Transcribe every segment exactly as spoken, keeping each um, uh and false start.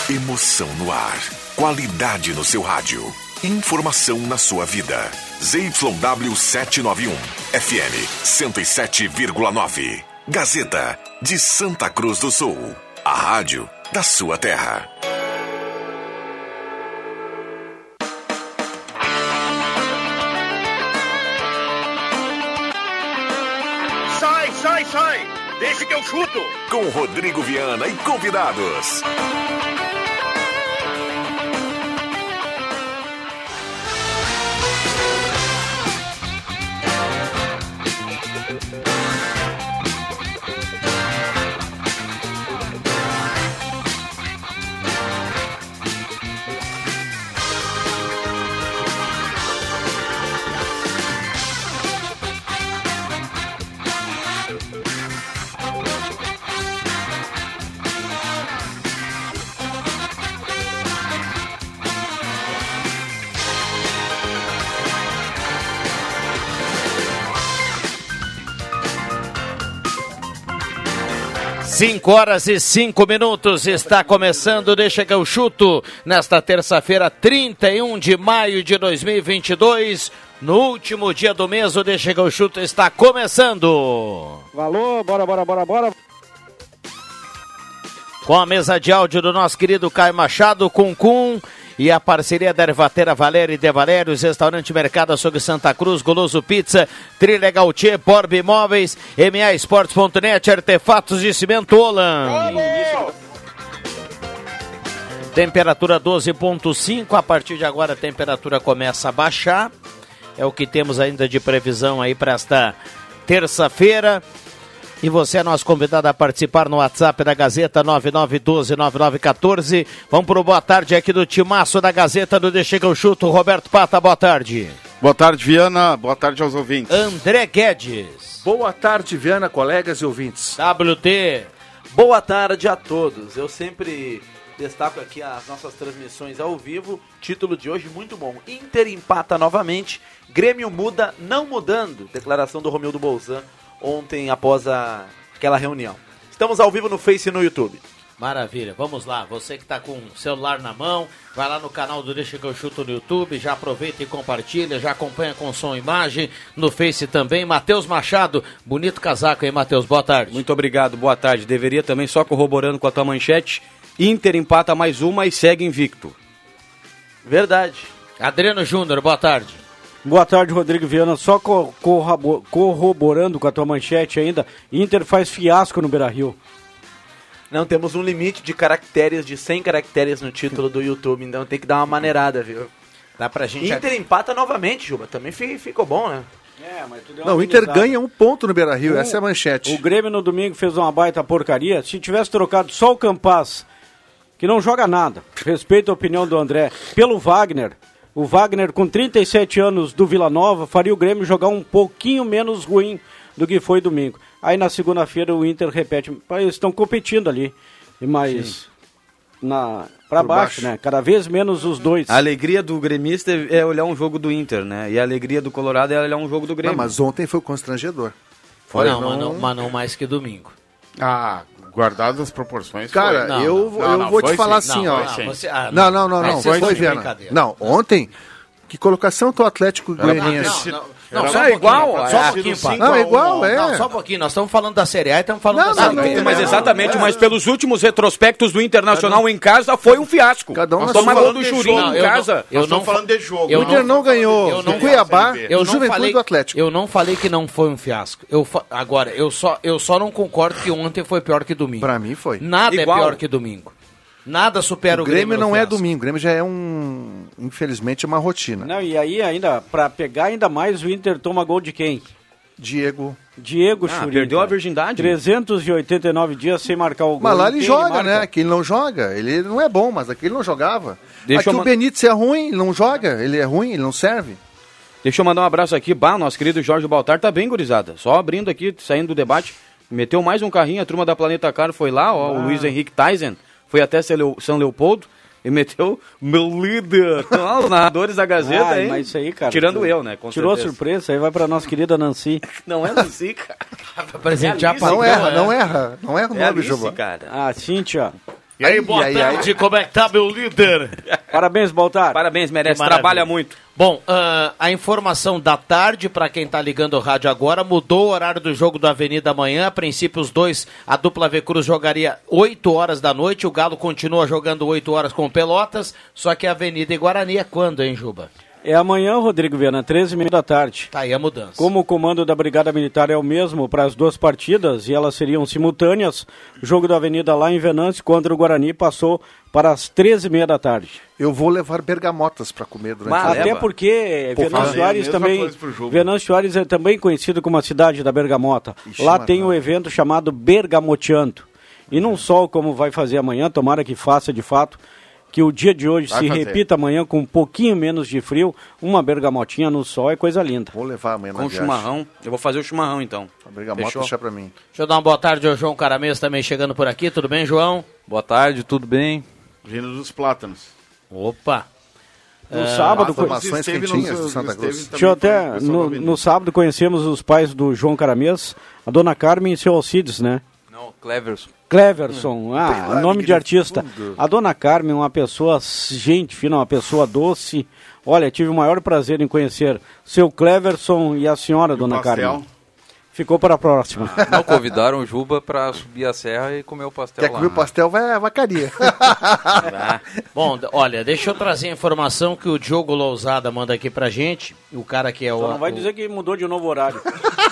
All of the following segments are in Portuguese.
Emoção no ar. Qualidade no seu rádio. Informação na sua vida. Z Y W setecentos e noventa e um. F M cento e sete vírgula nove. Gazeta de Santa Cruz do Sul. A rádio da sua terra. Sai, sai, sai! Deixa que eu chuto! Com Rodrigo Viana e convidados. Cinco horas e cinco minutos, está começando, deixa que eu chuto, nesta terça-feira, trinta e um de maio de dois mil e vinte e dois, no último dia do mês, o Deixa que eu chuto está começando. Valor, bora, bora, bora, bora. Com a mesa de áudio do nosso querido Caio Machado, Cuncum, e a parceria da Ervatera Valéria e De Valérios, Restaurante Mercado Açougue Santa Cruz, Goloso Pizza, Trilegal Tchê, Porb Imóveis, M A Esportes ponto net, Artefatos de Cimento Olan. Temperatura doze ponto cinco, a partir de agora a temperatura começa a baixar, é o que temos ainda de previsão aí para esta terça-feira. E você é nosso convidado a participar no WhatsApp da Gazeta nove nove um dois nove nove um quatro. Vamos pro boa tarde aqui do timaço da Gazeta do Deixa que eu chuto. Roberto Pata, boa tarde. Boa tarde, Viana. Boa tarde aos ouvintes. André Guedes. Boa tarde, Viana, colegas e ouvintes. W T. Boa tarde a todos. Eu sempre destaco aqui as nossas transmissões ao vivo. Título de hoje muito bom. Inter empata novamente. Grêmio muda, não mudando. Declaração do Romildo Bolzan ontem após a, aquela reunião. Estamos ao vivo no Face e no YouTube. Maravilha, vamos lá. Você que está com o celular na mão, vai lá no canal do Deixa que eu chuto no YouTube, já aproveita e compartilha, já acompanha com som e imagem, no Face também. Matheus Machado, bonito casaco aí, Matheus, boa tarde. Muito obrigado, boa tarde. Deveria também, só corroborando com a tua manchete, Inter empata mais uma e segue invicto. Verdade. Adriano Júnior, boa tarde. Boa tarde, Rodrigo Viana. Só co- corrobor- corroborando com a tua manchete ainda, Inter faz fiasco no Beira-Rio. Não, temos um limite de caracteres, de cem caracteres no título do YouTube, então tem que dar uma maneirada, viu? Dá pra gente... Inter empata novamente, Juba, também fi- ficou bom, né? É, mas tu deu Não, o Inter ganha um ponto no Beira-Rio, essa é a manchete. O Grêmio no domingo fez uma baita porcaria. Se tivesse trocado só o Campaz, que não joga nada, respeito a opinião do André, pelo Wagner... O Wagner, com trinta e sete anos do Vila Nova, faria o Grêmio jogar um pouquinho menos ruim do que foi domingo. Aí na segunda-feira o Inter repete. Eles estão competindo ali, mas na para baixo, baixo, né? Cada vez menos os dois. A alegria do gremista é olhar um jogo do Inter, né? E a alegria do Colorado é olhar um jogo do Grêmio. Não, mas ontem foi constrangedor. Foi, não, não... Mas, não, mas não mais que domingo. Ah, guardado as proporções. Cara, não, eu, não, eu não, vou te foi falar sim. assim, não, ó. Foi você, ah, não, não, não, não, não foi, foi Viana. Não, ontem, que colocação do Atlético Goianiense. Não, não, Não, só um é igual. pouquinho, só um é, pouquinho, cinco Pato. Não, é igual, é. Não, só um pouquinho, nós estamos falando da Série A e estamos falando Não, da não, Série B. não, Mas não, exatamente, é. mas pelos últimos retrospectos do Internacional em casa foi um fiasco. Cada um Nós na estamos sua- falando do Churinho Não, em eu não- casa. eu Nós não estamos falando de jogo. eu O Inter não ganhou eu não- do Cuiabá, Eu do não Juventude falei, e do Atlético. eu não falei que não foi um fiasco. Eu fa... Agora, eu só, eu só não concordo que ontem foi pior que domingo. Pra mim foi. Nada Igual. é pior que domingo. Nada supera O o Grêmio Grêmio no não é fiasco. domingo, o Grêmio já é um, infelizmente, uma rotina. Não, e aí ainda, pra pegar ainda mais, o Inter toma gol de quem? Diego. Diego Ah, Churin. perdeu a cara. virgindade. trezentos e oitenta e nove dias sem marcar o gol. Mas lá Em ele quem joga, marca? né? Aqui ele não joga. Ele não é bom, mas aqui ele não jogava. Deixa aqui eu o man- Benítez é ruim, ele não joga. Ele é ruim, ele não serve. Deixa eu mandar um abraço aqui. Bah, nosso querido Jorge Baltar tá bem, gurizada. Só abrindo aqui, saindo do debate. Meteu mais um carrinho, a turma da Planeta Car foi lá, ó, o Luiz Henrique Tyson. Foi até São Leopoldo e meteu meu líder. Ó, os narradores da Gazeta, Ah, hein? mas isso aí, cara. Tirando tu- eu, né? Com Tirou a certeza. surpresa, aí vai pra nossa querida Nancy. Não é Nancy, cara. Presentear É pra Não Deus, erra, né? não erra. Não erra o É nome, Alice, Juba. cara. Ah, Cíntia. E aí, boa ai, tarde, como é que tá, meu líder? Parabéns, Baltar. Parabéns, merece, Maravilha. trabalha muito. Bom, uh, a informação da tarde, para quem tá ligando o rádio agora, mudou o horário do jogo do Avenida amanhã. A princípio, os dois, a dupla V Cruz jogaria oito horas da noite, o Galo continua jogando oito horas com Pelotas, só que a Avenida e Guarani é quando, hein, Juba? É amanhã, Rodrigo Viana, treze e meia da tarde. Tá aí a mudança. Como o comando da Brigada Militar é o mesmo para as duas partidas e elas seriam simultâneas, o jogo da Avenida lá em Venâncio contra o Guarani passou para as treze e meia da tarde. Eu vou levar bergamotas para comer durante Mas, o até dia. porque Pô, Venâncio falei a Soares mesma também, coisa pro jogo. Venâncio Soares é também conhecido como a cidade da bergamota. Ixi, Lá mas tem não. um evento chamado Bergamoteando. E não só como vai fazer amanhã, tomara que faça de fato, que o dia de hoje Vai se fazer. repita amanhã com um pouquinho menos de frio, uma bergamotinha no sol é coisa linda. Vou levar amanhã na Com viagem. chimarrão. Eu vou fazer o chimarrão, então. A bergamota Fechou? deixar pra mim. Deixa eu dar uma boa tarde ao João Caramês também chegando por aqui, tudo bem, João? Boa tarde, tudo bem? Vindo dos Plátanos. Opa! No sábado, Plátanos. Informações Esteve quentinhas no- do Santa esteve Cruz. também Deixa eu com o até, pessoal no, da Avenida. no sábado conhecemos os pais do João Caramês, a dona Carmen e seu Alcides, né? Não, Cleverson. Cleverson, ah, lá, nome de artista. fundo. A dona Carmen, uma pessoa gente fina, uma pessoa doce. Olha, tive o maior prazer em conhecer seu Cleverson e a senhora, E o dona pastel? Carmen. Ficou para a próxima. Não, convidaram o Juba pra subir a serra e comer o pastel Quer lá. comer o pastel, vai a vacaria. Ah, bom, d- olha, deixa eu trazer a informação que o Diogo Lousada manda aqui pra gente. O cara que é o. Só não vai o- dizer que mudou de novo horário.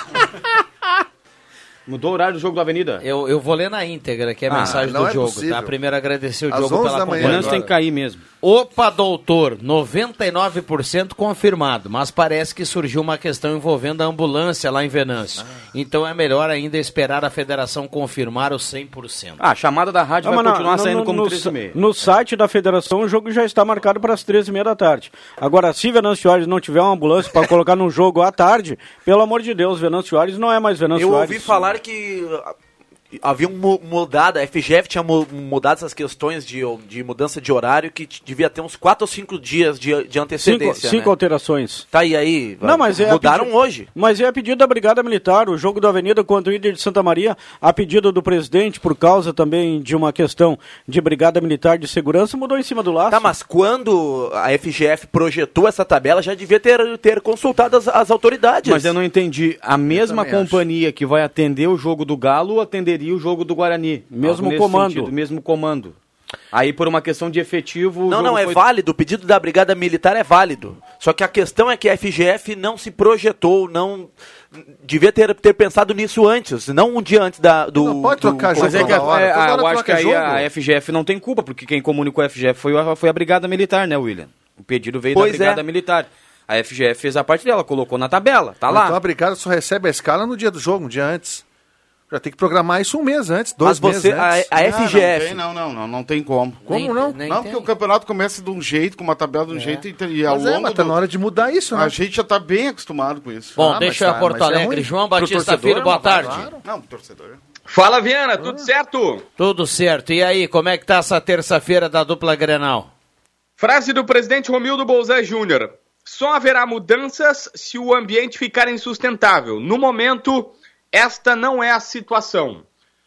Mudou o horário do jogo da Avenida? Eu, eu vou ler na íntegra aqui a Ah, mensagem não do é Diogo, possível. tá? Primeiro agradecer o Às Diogo onze pela da manhã companhia. Venâncio tem que cair mesmo. Opa, doutor, noventa e nove por cento confirmado, mas parece que surgiu uma questão envolvendo a ambulância lá em Venâncio. Então é melhor ainda esperar a federação confirmar os cem por cento. Ah, a chamada da rádio Ah, vai mas continuar no- saindo no- como no, três e meia. no site da federação o jogo já está marcado para as treze e meia da tarde. Agora, se Venâncio Soares não tiver uma ambulância para colocar num jogo à tarde, pelo amor de Deus, Venâncio Soares não é mais Venâncio Eu Soares. ouvi falar que uh, haviam mu- mudado, a F G F tinha mu- mudado essas questões de, de mudança de horário, que t- devia ter uns quatro ou cinco dias de, de Cinco, antecedência, cinco né? alterações. Tá aí, aí. Não, mas é a mudaram pedido- hoje. Mas é a pedido da Brigada Militar, o jogo da Avenida contra o Inter de Santa Maria, a pedido do presidente, por causa também de uma questão de Brigada Militar de Segurança, mudou em cima do laço. Tá, mas quando a F G F projetou essa tabela, já devia ter, ter consultado as, as autoridades. Mas eu não entendi. A mesma também companhia que vai atender o jogo do Galo atenderia o jogo do Guarani. Mesmo Algo nesse comando. sentido, mesmo comando. Aí, por uma questão de efetivo. o Não, jogo não, é foi- válido. O pedido da Brigada Militar é válido. Só que a questão é que a F G F não se projetou, não. Devia ter, ter pensado nisso antes, não um dia antes da, do. Não pode trocar do... jogo Mas é que toda hora, é, toda ah, hora eu acho que troca aí jogo. a F G F não tem culpa, porque quem comunicou a F G F foi a, foi a Brigada Militar, né, William? O pedido veio Pois da Brigada é. Militar. A F G F fez a parte dela, colocou na tabela, tá Então a lá. brigada só recebe a escala no dia do jogo, um dia antes. Já tem que programar isso um mês antes, dois Mas você, meses antes. a, a F G F. Não, não, não, não tem como. Como Nem- não? nem não, tem. porque o campeonato começa de um jeito, com uma tabela de um jeito, e, e ao Mas é, longo mas tá do... na hora de mudar isso, né? A gente já tá bem acostumado com isso. Bom, Ah, deixa mas eu tá, Porto mas é Alegre. ruim. João Pro Batista torcedor, Filho, boa não, tarde. claro. Não, torcedor. Fala, Viana, tudo certo? Tudo certo. E aí, como é que tá essa terça-feira da dupla Grenal? Frase do presidente Romildo Bolzé Júnior. Só haverá mudanças se o ambiente ficar insustentável. No momento, esta não é a situação.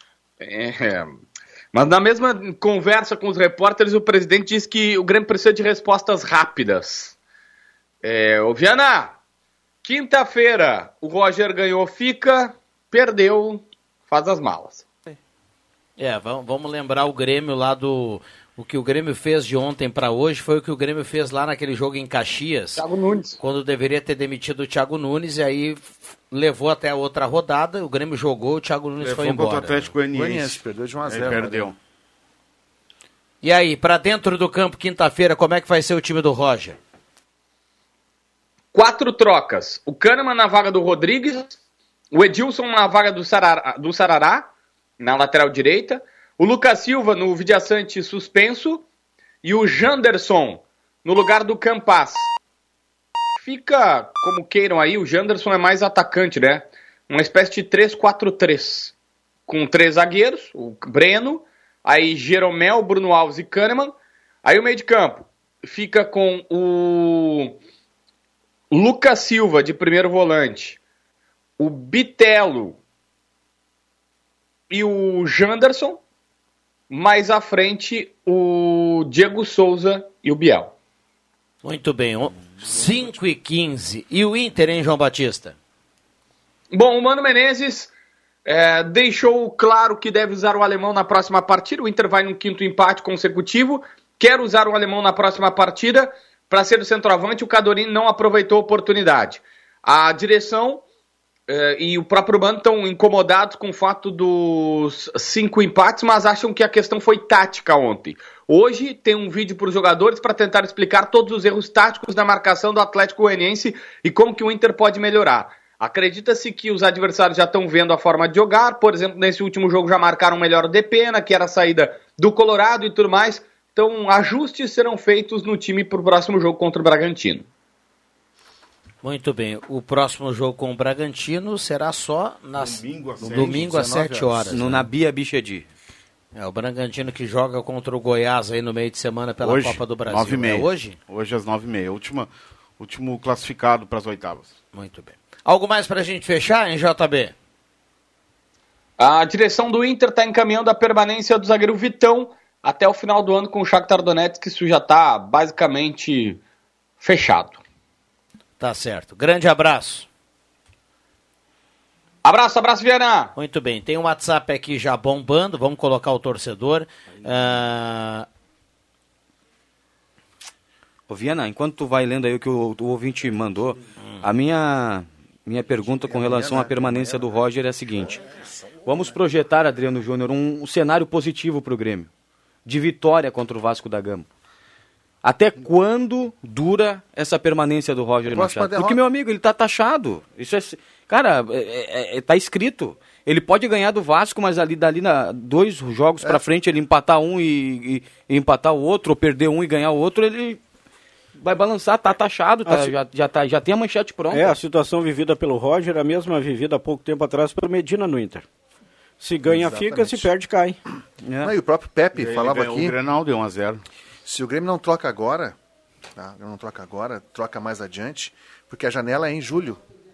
É. Mas na mesma conversa com os repórteres, o presidente disse que o Grêmio precisa de respostas rápidas. É, ô Viana, quinta-feira o Roger ganhou, fica, perdeu, faz as malas. É, vamos, vamos lembrar o Grêmio lá do... O que o Grêmio fez de ontem para hoje foi o que o Grêmio fez lá naquele jogo em Caxias. Thiago Nunes. Quando deveria ter demitido o Thiago Nunes, e aí f- levou até a outra rodada, o Grêmio jogou, o Thiago Nunes Levou foi contra o embora. Atlético Goianiense Goianiense. perdeu de um a Aí zero. perdeu. E aí, para dentro do campo, quinta-feira, como é que vai ser o time do Roger? Quatro trocas. O Kahneman na vaga do Rodrigues, o Edilson na vaga do Sarará, do Sarará na lateral direita, o Lucas Silva no Vidiaçante suspenso e o Janderson no lugar do Campas. Fica como queiram aí, o Janderson é mais atacante, né? Uma espécie de três quatro três. Com três zagueiros, o Breno, aí Jeromel, Bruno Alves e Kahneman. Aí o meio de campo fica com o Lucas Silva de primeiro volante, o Bitelo e o Janderson. mais à frente o Diego Souza e o Biel. Muito bem, cinco e quinze. E o Inter, hein, João Batista? Bom, o Mano Menezes é, deixou claro que deve usar o alemão na próxima partida. O Inter vai num quinto empate consecutivo. Quer usar o alemão na próxima partida para ser o centroavante. O Cadorini não aproveitou a oportunidade. A direção é, e o próprio Mano estão incomodados com o fato dos cinco empates, mas acham que a questão foi tática ontem. Hoje tem um vídeo para os jogadores para tentar explicar todos os erros táticos da marcação do Atlético Goianiense e como que o Inter pode melhorar. Acredita-se que os adversários já estão vendo a forma de jogar. Por exemplo, nesse último jogo já marcaram melhor o Depena, que era a saída do Colorado e tudo mais. Então, ajustes serão feitos no time para o próximo jogo contra o Bragantino. Muito bem. O próximo jogo com o Bragantino será só nas... domingo, no domingo às sete horas. No né? Nabia Bichedi. É, o Bragantino que joga contra o Goiás aí no meio de semana pela hoje, Copa do Brasil. nove e meia. É hoje? Hoje às nove e meia. Última, último classificado para as oitavas. Muito bem. Algo mais para a gente fechar, hein, J B? A direção do Inter está encaminhando a permanência do zagueiro Vitão até o final do ano com o Shakhtar Donetsk, que isso já está basicamente fechado. Tá certo. Grande abraço. Abraço, abraço, Viana. Muito bem, tem um WhatsApp aqui já bombando, vamos colocar o torcedor. Uh... Ô Viana, enquanto tu vai lendo aí o que o, o ouvinte mandou, hum. a minha, minha pergunta com relação à permanência do Roger é a seguinte. Vamos projetar, Adriano Júnior, um, um cenário positivo para o Grêmio, de vitória contra o Vasco da Gama. Até quando dura essa permanência do Roger Machado? Porque, meu amigo, ele tá taxado. Isso é, cara, é, é, tá escrito. Ele pode ganhar do Vasco, mas ali dali na, dois jogos é. pra frente, ele empatar um e, e, e empatar o outro, ou perder um e ganhar o outro, ele vai balançar, tá taxado, tá, si... já, já, tá, já tem a manchete pronta. É, a situação vivida pelo Roger, a mesma vivida há pouco tempo atrás pelo Medina no Inter. Se ganha, exatamente. Fica, se perde, cai. É. Não, e o próprio Pepe e falava aqui... O Grenal deu um a zero. Se o Grêmio não troca agora, tá? não troca agora, troca mais adiante, porque a janela é em julho.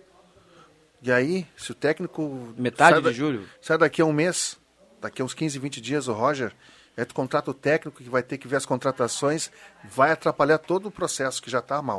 E aí, se o técnico... Metade de da, julho. Sai daqui a um mês, daqui a uns quinze, vinte dias, o Roger, é tu contrata o técnico que vai ter que ver as contratações, vai atrapalhar todo o processo que já está mal.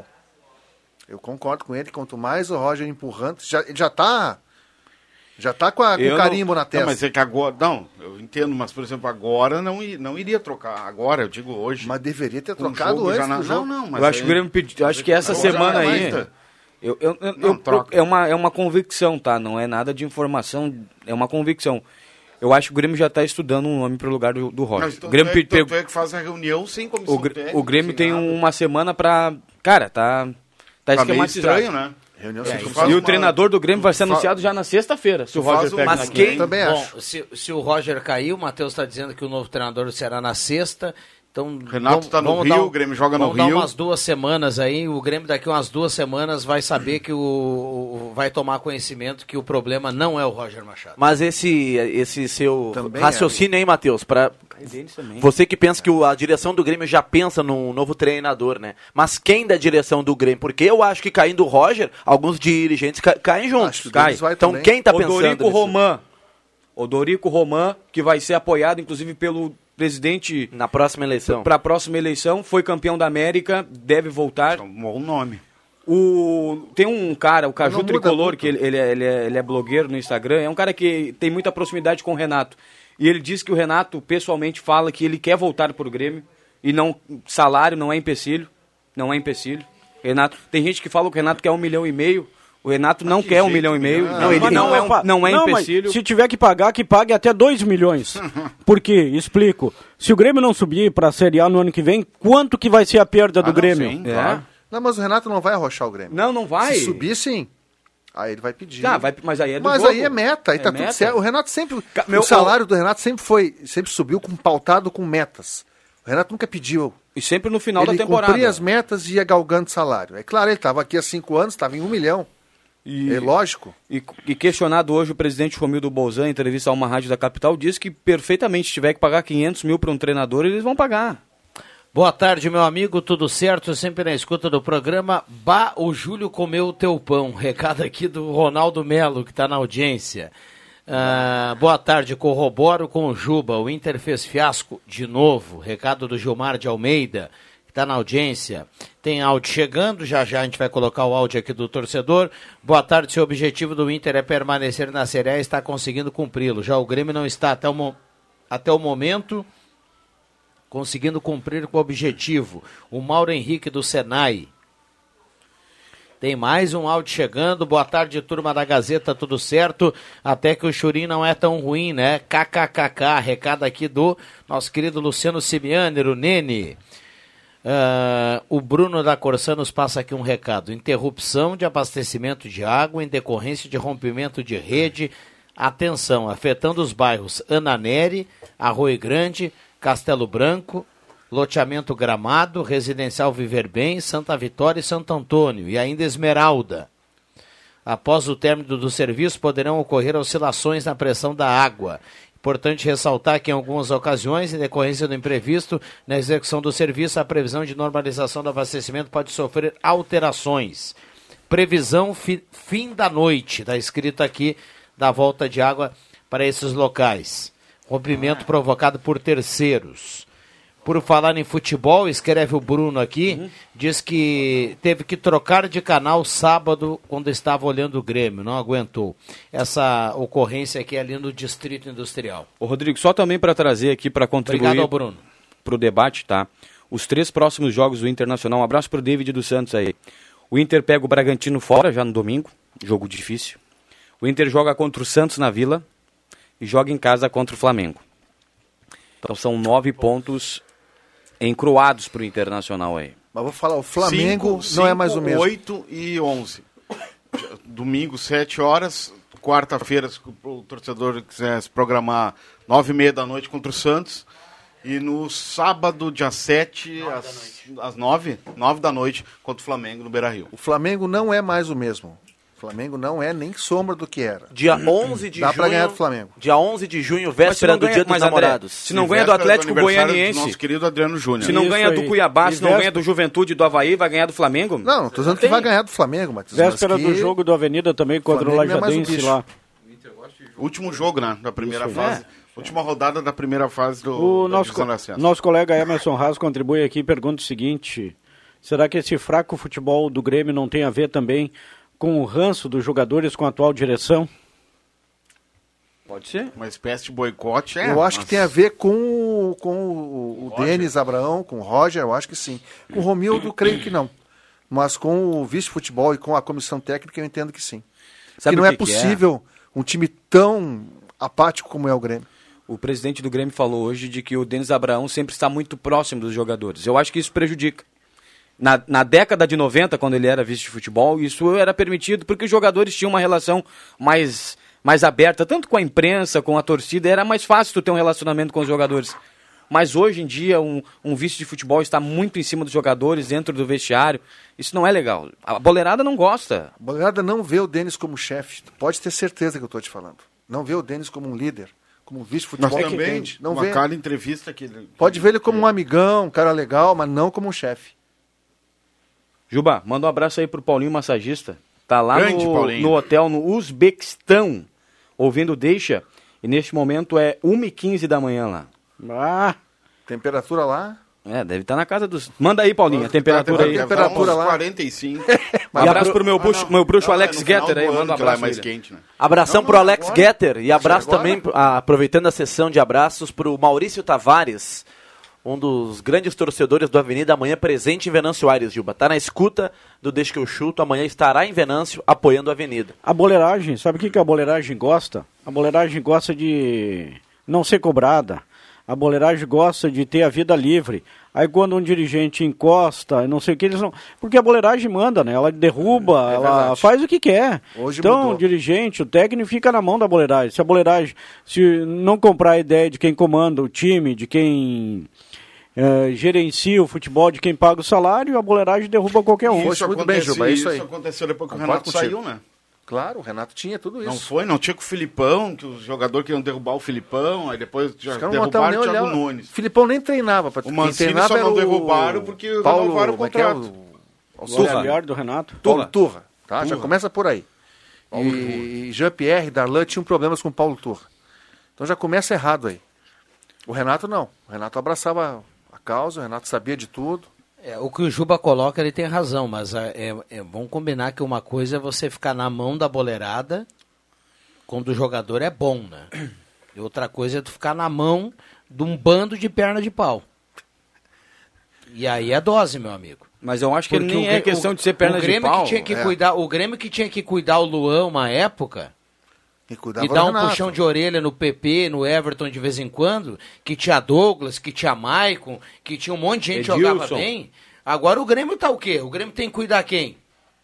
Eu concordo com ele, quanto mais o Roger empurrando, já, ele já está... Já está com, com o carimbo não, na testa. Não, mas é que agora... Não, eu entendo, mas, por exemplo, agora não, não iria trocar. Agora, eu digo hoje. Mas deveria ter trocado um antes na, do jogo. Não, não, mas... Eu acho, aí, que, o Grêmio pedi, eu acho que essa semana aí... Tá. Eu, eu, eu, não, eu, é, uma, é uma convicção, tá? Não é nada de informação, é uma convicção. Eu acho que o Grêmio já está estudando um nome para o lugar do, do Roger. Mas, o Grêmio tu é, pe... tu é que faz a reunião sem comissão o, técnica, o Grêmio tem nada. uma semana para... Cara, tá, tá, tá esquematizado. Estranho, né? Reunião é, e uma... o treinador do Grêmio vai ser anunciado já na sexta-feira, se o Roger pega mas aqui. quem... Também acho. Bom, se, se o Roger cair, o Matheus está dizendo que o novo treinador será na sexta. Então, Renato está no Rio, dar, o Grêmio joga no Rio. Rio. Vamos dar umas duas semanas aí, o Grêmio daqui umas duas semanas vai saber que o, o vai tomar conhecimento que o problema não é o Roger Machado. Mas esse, esse seu também raciocínio é. aí, Matheus, para você que pensa que o, a direção do Grêmio já pensa num novo treinador, né? Mas quem da direção do Grêmio? Porque eu acho que caindo o Roger, alguns dirigentes ca, caem juntos. Cai. Então também. quem está pensando Odorico nisso? Roman, Odorico Roman, que vai ser apoiado inclusive pelo presidente na próxima eleição. Para a próxima eleição, foi campeão da América, deve voltar. É um bom nome. O, tem um cara, o Caju Tricolor, que ele, ele, é, ele, é, ele é blogueiro no Instagram, é um cara que tem muita proximidade com o Renato. E ele diz que o Renato, pessoalmente, fala que ele quer voltar para o Grêmio, e não salário não é empecilho, não é empecilho. Renato, tem gente que fala que o Renato quer um milhão e meio, o Renato não quer um milhão e meio, não, não, ele não, é, um, não é não, empecilho. Se tiver que pagar, que pague até dois milhões. Por quê? Explico. Se o Grêmio não subir para a Série A no ano que vem, quanto que vai ser a perda do ah, não, Grêmio? Sim, é. Claro. Não, mas o Renato não vai arrochar o Grêmio. Não, não vai. Se subir, sim. Aí ele vai pedir. Ah, vai, mas aí é do Mas jogo. aí é meta, aí é tá meta. tudo certo. O Renato sempre... Meu, o salário do Renato sempre foi... Sempre subiu com pautado com metas. O Renato nunca pediu. E sempre no final ele da temporada. Ele cumpria as metas e ia galgando salário. É claro, ele estava aqui há cinco anos, estava em um milhão. E, é lógico. E, e questionado hoje, o presidente Romildo Bolzan, em entrevista a uma rádio da capital, disse que perfeitamente, se tiver que pagar quinhentos mil para um treinador, eles vão pagar. Boa tarde, meu amigo, tudo certo? Sempre na escuta do programa. Bah, o Júlio comeu o teu pão. Recado aqui do Ronaldo Melo, que está na audiência. Ah, boa tarde, corroboro com o Juba. O Inter fez fiasco de novo. Recado do Gilmar de Almeida, que está na audiência. Tem áudio chegando, já já a gente vai colocar o áudio aqui do torcedor. Boa tarde, se o objetivo do Inter é permanecer na Série A, está conseguindo cumpri-lo. Já o Grêmio não está até o, mo- até o momento conseguindo cumprir com o objetivo. O Mauro Henrique do Senai. Tem mais um áudio chegando. Boa tarde, turma da Gazeta, tudo certo? Até que o Churim não é tão ruim, né? KKKK, recado aqui do nosso querido Luciano Simeone, o Nene. Uh, o Bruno da Corsã nos passa aqui um recado. Interrupção de abastecimento de água em decorrência de rompimento de rede. Atenção, afetando os bairros Ananeri, Arroio Grande, Castelo Branco, Loteamento Gramado, Residencial Viver Bem, Santa Vitória e Santo Antônio, e ainda Esmeralda. Após o término do serviço, poderão ocorrer oscilações na pressão da água. Importante ressaltar que em algumas ocasiões, em decorrência do imprevisto, na execução do serviço, a previsão de normalização do abastecimento pode sofrer alterações. Previsão fi, fim da noite, está escrito aqui, da volta de água para esses locais. Rompimento provocado por terceiros. Por falar em futebol, escreve o Bruno aqui, uhum. Diz que teve que trocar de canal sábado quando estava olhando o Grêmio, não aguentou. Essa ocorrência aqui é ali no Distrito Industrial. Ô Rodrigo, só também para trazer aqui para contribuir para o debate, tá? Os três próximos jogos do Internacional, um abraço para o David dos Santos aí. O Inter pega o Bragantino fora já no domingo, jogo difícil. O Inter joga contra o Santos na Vila e joga em casa contra o Flamengo. Então são nove pontos encruados para o Internacional aí. Mas vou falar, o Flamengo cinco, não é mais o mesmo. oito e onze. Domingo, sete horas. Quarta-feira, se o torcedor quiser se programar, nove e meia da noite contra o Santos. E no sábado, dia sete, às, às nove, nove da noite, contra o Flamengo no Beira-Rio. O Flamengo não é mais o mesmo. O Flamengo não é nem sombra do que era. Dia onze de Dá junho. Dá pra ganhar do Flamengo. Dia onze de junho, véspera do Dia dos Namorados. Se não ganha do Atlético Goianiense. Nosso querido Adriano Júnior. Se não ganha do Cuiabá, se não ganha do Juventude do Havaí, vai ganhar do Flamengo? Não, não tô dizendo que vai ganhar do Flamengo, Matheus. Véspera do jogo do Avenida também contra o Lajadense lá. Último jogo, né? Da primeira fase. Última rodada da primeira fase do o nosso, co nosso colega Emerson Haas contribui aqui e pergunta o seguinte: será que esse fraco futebol do Grêmio não tem a ver também com o ranço dos jogadores com a atual direção? Pode ser. Uma espécie de boicote, é. Eu acho mas... que tem a ver com, com o, o Denis Abraão, com o Roger, eu acho que sim. Com o Romildo, creio que não. Mas com o vice-futebol e com a comissão técnica, eu entendo que sim. Sabe que não que é possível é? um time tão apático como é o Grêmio. O presidente do Grêmio falou hoje de que o Denis Abraão sempre está muito próximo dos jogadores. Eu acho que isso prejudica. Na, na década de noventa, quando ele era vice de futebol, isso era permitido porque os jogadores tinham uma relação mais, mais aberta, tanto com a imprensa, com a torcida, era mais fácil tu ter um relacionamento com os jogadores. Mas hoje em dia, um, um vice de futebol está muito em cima dos jogadores, dentro do vestiário. Isso não é legal. A boleirada não gosta. A boleirada não vê o Denis como chefe. Pode ter certeza que eu estou te falando. Não vê o Denis como um líder, como um vice de futebol. Mas também, não uma vê. Cada entrevista que ele... Pode ver ele como um amigão, um cara legal, mas não como um chefe. Juba, manda um abraço aí pro Paulinho Massagista. Tá lá no, no hotel no Uzbequistão, ouvindo Deixa. E neste momento é uma e quinze da manhã lá. Ah, temperatura lá? É, deve estar na casa dos... Manda aí, Paulinho, a temperatura aí. Temperatura lá. quarenta e cinco. Um abraço pro meu bruxo, ah, meu bruxo não, Alex é Getter aí, manda um abraço. É mais quente, né? Abração não, pro Alex agora. Getter e abraço também, aproveitando a sessão de abraços, pro Maurício Tavares, um dos grandes torcedores do Avenida, amanhã presente em Venâncio Aires, Juba. Tá na escuta do Deixa que eu chuto, amanhã estará em Venâncio apoiando a Avenida. A boleiragem, sabe o que, que a boleiragem gosta? A boleiragem gosta de não ser cobrada. A boleiragem gosta de ter a vida livre. Aí quando um dirigente encosta, não sei o que, eles não... Porque a boleiragem manda, né? Ela derruba, é ela faz o que quer. Hoje então, mudou. O dirigente, o técnico fica na mão da boleiragem. Se a boleiragem, se não comprar a ideia de quem comanda o time, de quem é, gerencia o futebol, de quem paga o salário, a boleiragem derruba qualquer um. Isso, muito bem, Juba, é isso aí. Isso aconteceu depois que o Renato saiu, né? Claro, o Renato tinha tudo isso. Não foi, não tinha com o Filipão, que os jogadores queriam derrubar o Filipão, aí depois já derrubaram o Thiago olhar. Nunes. O Filipão nem treinava. Pra... O Mancini só não derrubaram porque Paulo, renovaram o contrato. É o auxiliar do Renato. Turra, Turra, tá? Turra. Já começa por aí. E Jean-Pierre, Darlan tinham problemas com o Paulo Turra. Então já começa errado aí. O Renato não. O Renato abraçava a causa, o Renato sabia de tudo. É, o que o Juba coloca, ele tem razão, mas é, é, vamos combinar que uma coisa é você ficar na mão da boleirada quando o jogador é bom, né? E outra coisa é tu ficar na mão de um bando de perna de pau. E aí é dose, meu amigo. Mas eu acho que Porque nem o, é questão o, de ser perna o Grêmio de pau. Que tinha que é. cuidar, o Grêmio que tinha que cuidar o Luan uma época E, cuidava e dar do um Renato. puxão de orelha no P P, no Everton de vez em quando, que tinha Douglas, que tinha Maicon, que tinha um monte de gente que Edilson. jogava bem. Agora o Grêmio tá o quê? O Grêmio tem que cuidar quem?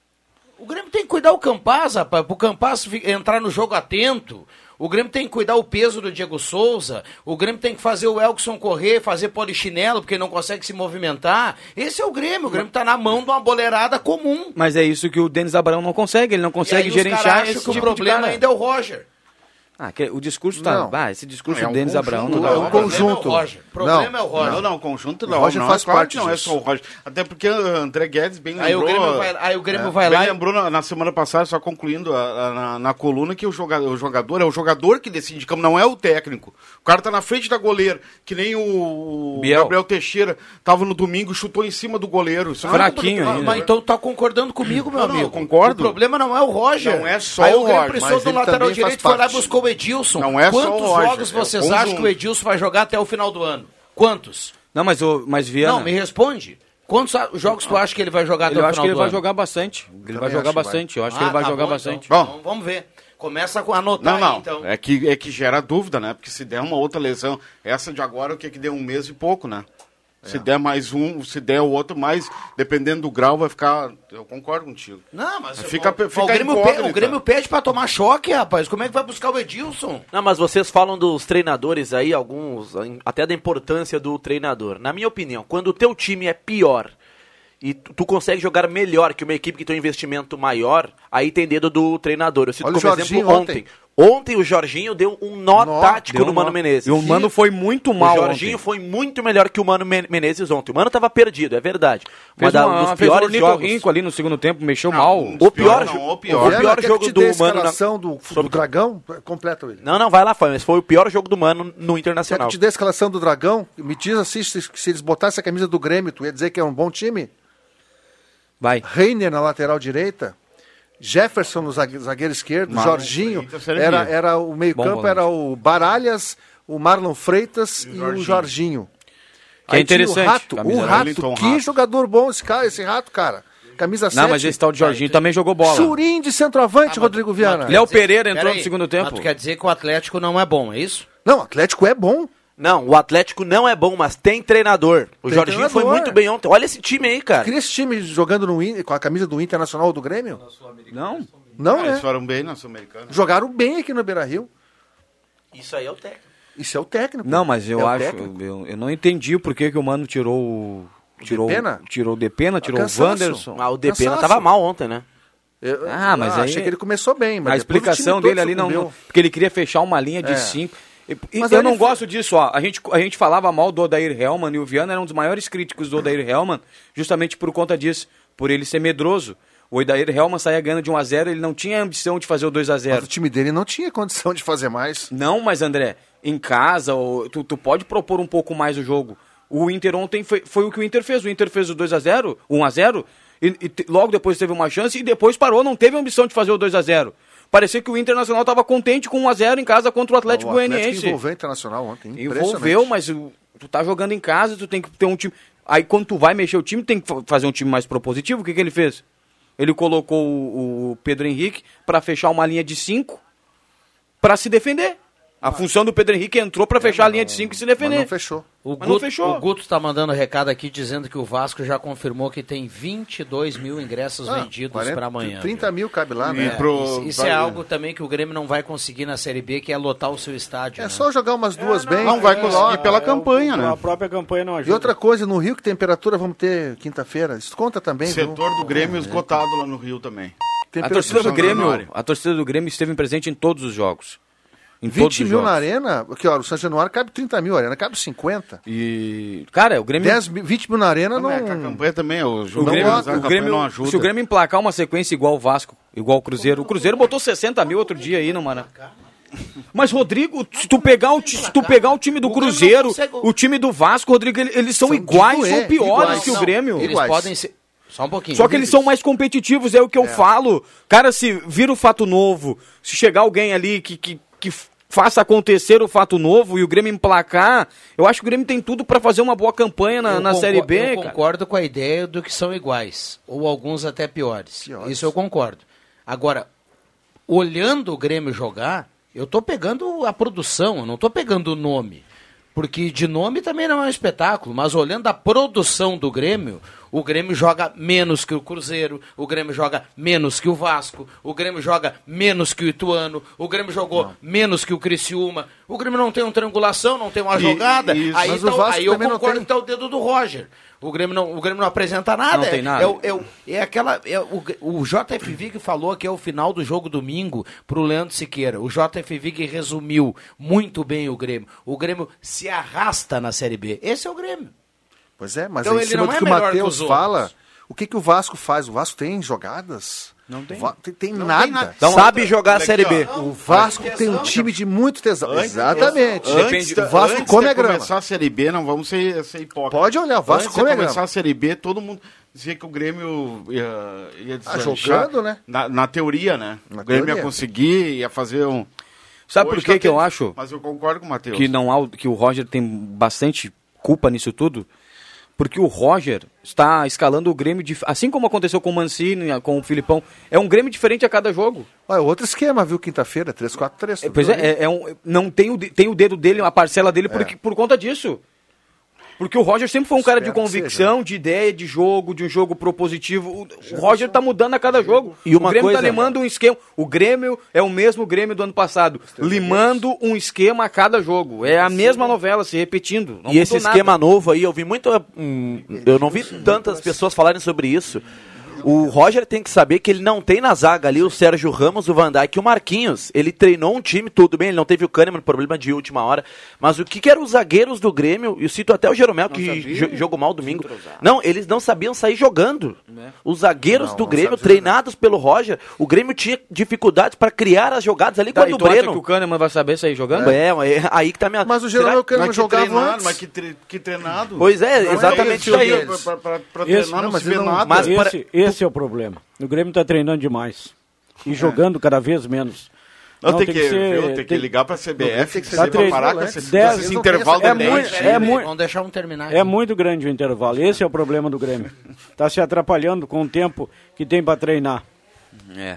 O Grêmio tem que cuidar o Campaz, rapaz, pro Campaz fi- entrar no jogo atento. O Grêmio tem que cuidar o peso do Diego Souza. O Grêmio tem que fazer o Elkson correr, fazer polichinelo, porque não consegue se movimentar. Esse é o Grêmio. O Grêmio tá na mão de uma boleirada comum. Mas é isso que o Denis Abrão não consegue. Ele não consegue e aí gerenciar os caras acham esse que o tipo problema de cara. ainda é o Roger. Ah, que, o discurso tá... Não. Ah, esse discurso É do um Denis conjunto, Abrão não é dá. um O conjunto. problema é o Roger. O problema Não. é o Roger. Não, não, o conjunto O não. Roger não, faz é claro parte que não é disso. só o Roger. Até porque o André Guedes bem Aí o lembrou... Grêmio vai, aí o Grêmio É, vai bem lá e... lembrou na, na semana passada, só concluindo a- a- na, na coluna, que o jogador, o jogador é o jogador que decide de campo, não é o técnico. O cara tá na frente da goleira, que nem o Biel. Gabriel Teixeira tava no domingo e chutou em cima do goleiro. Isso não é Fraquinho culpa do ainda. Mas então tá concordando comigo, meu Não, não, amigo. eu concordo. O problema não é o Roger. Não é só aí o o Grêmio Roger, precisou mas do ele lateral também direito, faz foi lá e parte. buscou o Edilson. Não é só Quantos o Roger, jogos é o vocês conjunto. acham que o Edilson vai jogar até o final do ano? Quantos? Não, mas, o, mas Viana... Não, me responde. Quantos a- jogos tu acha que ele vai jogar até Eu o acho final que ele do vai ano? jogar bastante. Ele vai Também jogar acho que vai. bastante. Eu acho que Ah, ele vai tá jogar bom, bastante. Então. Bom. Então, vamos ver. Começa a anotar Não, não. aí, então. É, que, é que gera dúvida, né? Porque se der uma outra lesão, essa de agora, o que é que deu um mês e pouco, né? Se der mais um, se der o outro mais, dependendo do grau, vai ficar... Eu concordo contigo. Não, mas Fica- o, fica o, Grêmio incógnita. pe- o Grêmio pede pra tomar choque, rapaz. Como é que vai buscar o Edilson? Não, mas vocês falam dos treinadores aí, alguns, até da importância do treinador. Na minha opinião, quando o teu time é pior e tu, tu consegue jogar melhor que uma equipe que tem um investimento maior, aí tem dedo do treinador. Eu cito Olha o como Jorginho exemplo ontem. ontem. Ontem o Jorginho deu um nó, Nó, tático Deu no um Mano nó. Menezes. E o Mano foi muito mal O Jorginho ontem. foi muito melhor que o Mano Men- Menezes ontem. O Mano tava perdido, é verdade. Mas Fez da- uma, um dos fez um piores ornitorrinco jogos. ali no segundo tempo, mexeu Não, mal. um dos O pior, piores, não, o o pior. pior Viana, quer jogo que te do dê a Mano... na- escalação do, do Dragão? Completa ele. Não, não, vai lá, Fábio, mas foi o pior jogo do Mano no Quer Internacional. que te dê a escalação do Dragão? Me diz assim, se, se eles botassem a camisa do Grêmio, tu ia dizer que é um bom time? Vai. Reiner na lateral direita, Jefferson no zague- zagueiro esquerdo, Marlon Jorginho, Freitas servia. era, era o meio Bom campo, volante. era o Baralhas, o Marlon Freitas e o Jorginho. Jorginho. Que é Aí tinha interessante, O Rato, camisa o Rato, Wellington que Rato. jogador bom esse cara, esse Rato, cara. Camisa sete. Não, mas esse tal de Jorginho também jogou bola. Churim de centroavante, Ah, Rodrigo Viana. Léo Pereira entrou Peraí, no segundo Mas tempo. tu quer dizer que o Atlético não é bom, é isso? Não, o Atlético é bom. Não, o Atlético não é bom, mas tem treinador. O Tem Jorginho foi treinador. muito bem ontem. Olha esse time aí, cara. Queria esse time jogando no, In- com a camisa do Internacional ou do Grêmio? Não. Não, Ah, né? eles foram bem na Sul-Americana. Jogaram bem aqui no Beira-Rio. Isso aí é o técnico. Isso é o técnico. Não, mas eu É o acho, técnico. eu, eu não entendi por que, que o Mano tirou o... Tirou, Depena? tirou o Depena, tirou o cansaço. Wanderson. Ah, o Depena Cansaço. tava mal ontem, né? Eu- Ah, mas eu aí- achei que ele começou bem, mas A depois o explicação time todo dele ali não, sucumbiu. não... Porque ele queria fechar uma linha de É. cinco. E- e Mas eu ele não foi- gosto disso, ó. A gente, a gente falava mal do Odair Hellmann e o Viana era um dos maiores críticos do Odair Hellmann, justamente por conta disso, por ele ser medroso. O Odair Hellmann saía ganhando de um a zero, ele não tinha ambição de fazer o dois a Mas zero. o time dele não tinha condição de fazer mais. Não, mas André, em casa, ou- tu, tu pode propor um pouco mais o jogo. O Inter ontem foi, foi o que o Inter fez. O Inter fez o dois a zero, um a zero, e, e te- logo depois teve uma chance e depois parou, não teve a ambição de fazer o dois a zero. Parecia que o Internacional estava contente com um a zero em casa contra o Atlético o Atlético Goianiense. envolveu o Internacional ontem. Envolveu, mas o- tu tá jogando em casa, tu tem que ter um time... Aí quando tu vai mexer o time, tem que fa- fazer um time mais propositivo. O que, que ele fez? Ele colocou o, o Pedro Henrique para fechar uma linha de cinco para se defender. A função do Pedro Henrique entrou para fechar a linha de cinco e se Mas defender. não fechou. O Mas não Guto, fechou. o Guto está mandando recado aqui dizendo que o Vasco já confirmou que tem vinte e dois mil ingressos Ah, vendidos quarenta, para amanhã. trinta mil cabe lá, E né? É, pro- isso isso vai- é algo também que o Grêmio não vai conseguir na Série B, que é lotar o seu estádio. É né? só jogar umas duas bem. Não vai é, conseguir pela É, campanha, o- né? A própria campanha não ajuda. E outra coisa, no Rio, que temperatura vamos ter quinta-feira? Isso conta também, viu? Setor do Grêmio esgotado lá no Rio também. A Temperatura- torcida do São Grêmio, Januário. a torcida do Grêmio esteve presente em todos os jogos. Em todos vinte os mil jogos. na arena, aqui, ó, o São Januário cabe trinta mil, a arena cabe cinquenta. E, cara, o Grêmio... dez, mil- vinte mil na arena Não, não... é que a campanha também, o O jogo Grêmio, a o campanha Grêmio- não ajuda. se o Grêmio emplacar uma sequência igual o Vasco igual o Cruzeiro. O Cruzeiro botou sessenta mil outro dia aí no Maracanã. Mas, Rodrigo, se tu pegar o, se tu pegar o time do Cruzeiro, o time do Vasco, Rodrigo, eles são iguais ou piores que o Grêmio. Eles podem ser... Só um pouquinho. Só que eles são mais competitivos, é o que eu falo. Cara, se vira o fato novo, se chegar alguém ali que, que, que faça acontecer o fato novo e o Grêmio emplacar, eu acho que o Grêmio tem tudo pra fazer uma boa campanha na, na Série B. Eu cara. concordo com a ideia do que são iguais, ou alguns até piores. piores. Isso eu concordo. Agora, olhando o Grêmio jogar, eu tô pegando a produção, eu não tô pegando o nome. Porque de nome também não é um espetáculo, mas olhando a produção do Grêmio, o Grêmio joga menos que o Cruzeiro, o Grêmio joga menos que o Vasco, o Grêmio joga menos que o Ituano, o Grêmio jogou não. menos que o Criciúma, o Grêmio não tem uma triangulação, não tem uma e, jogada, isso. aí, tá, aí eu concordo que tá o dedo do Roger. O Grêmio não, o Grêmio não apresenta nada. Não é, tem nada. É, é, é aquela, é, o, o J F Vig falou que é o final do jogo domingo pro Leandro Siqueira. O J F Vig resumiu muito bem o Grêmio. O Grêmio se arrasta na Série B. Esse é o Grêmio. Pois é, mas então, em ele cima não do é que o Matheus fala, o que, que o Vasco faz? O Vasco tem jogadas? Não tem. Va- tem, tem não nada. Tem nada. Sabe outra, jogar a Série B. O Vasco tem um time de muito tesão. Antes, Exatamente. Antes, o Vasco antes come de a grama. começar a Série B, não vamos ser, ser hipócritas. Pode olhar, o Vasco antes come de a grama. começar a Série B, todo mundo dizia que o Grêmio ia, ia Ah, deslanchar. jogando, né? Na, na teoria, né? Na o Grêmio teoria. ia conseguir, ia fazer um... Sabe Hoje por que tá que eu tendo- acho Mas eu concordo com o Matheus. que, não há, que o Roger tem bastante culpa nisso tudo? Porque o Roger está escalando o Grêmio, de, assim como aconteceu com o Mancini, com o Filipão, é um Grêmio diferente a cada jogo. Olha, outro esquema, viu? Quinta-feira, três quatro três. É, pois é, é, é um, não tem o, de- tem o dedo dele, a parcela dele, porque, por conta disso. Porque o Roger sempre foi um cara de Espero que convicção, de ideia de jogo, de um jogo propositivo. O, o Roger tá mudando a cada jogo. E uma o Grêmio coisa, tá limando um esquema. O Grêmio é o mesmo Grêmio do ano passado, limando um esquema a cada jogo. É a mesma novela se repetindo. Não E esse mudou esquema nada. novo aí, eu vi muito. hum, eu não vi tantas pessoas falarem sobre isso. O Roger tem que saber que ele não tem na zaga ali o Sérgio Ramos, o Van Dijk e o Marquinhos. Ele treinou um time, tudo bem, ele não teve o Kahneman, problema de última hora. Mas o que, que eram os zagueiros do Grêmio? Eu cito até o Jeromel, que jo- jogou mal domingo. Não, eles não sabiam sair jogando. Os zagueiros Não, do não Grêmio, sabe treinados pelo Roger, o Grêmio tinha dificuldades para criar as jogadas ali Tá, quando e o tu acha Breno. que o Kahneman vai saber sair jogando? É, mas é aí que tá minha. Mas o Será- Jeromel Kahneman Mas que jogava treinado, antes. mas que, tre- que treinado. Pois é, Não é exatamente isso isso aí. Pra, pra, pra, pra Esse- treinar não, não, mas se vê ele não- nada. mas esse, para- esse é o problema. O Grêmio está treinando demais. E jogando cada vez menos. Não, Não, tem, tem que, que ser- viu, tem que tem- ligar pra C B F, tem que que você ser vai três parar com volantes. esse, Dez- com esse não intervalo tem de essa- é dez. muito- Deixa é ele- muito- Vamos deixar um terminar. É aqui. muito grande o intervalo. Esse é o problema do Grêmio. Está se atrapalhando com o tempo que tem para treinar. É.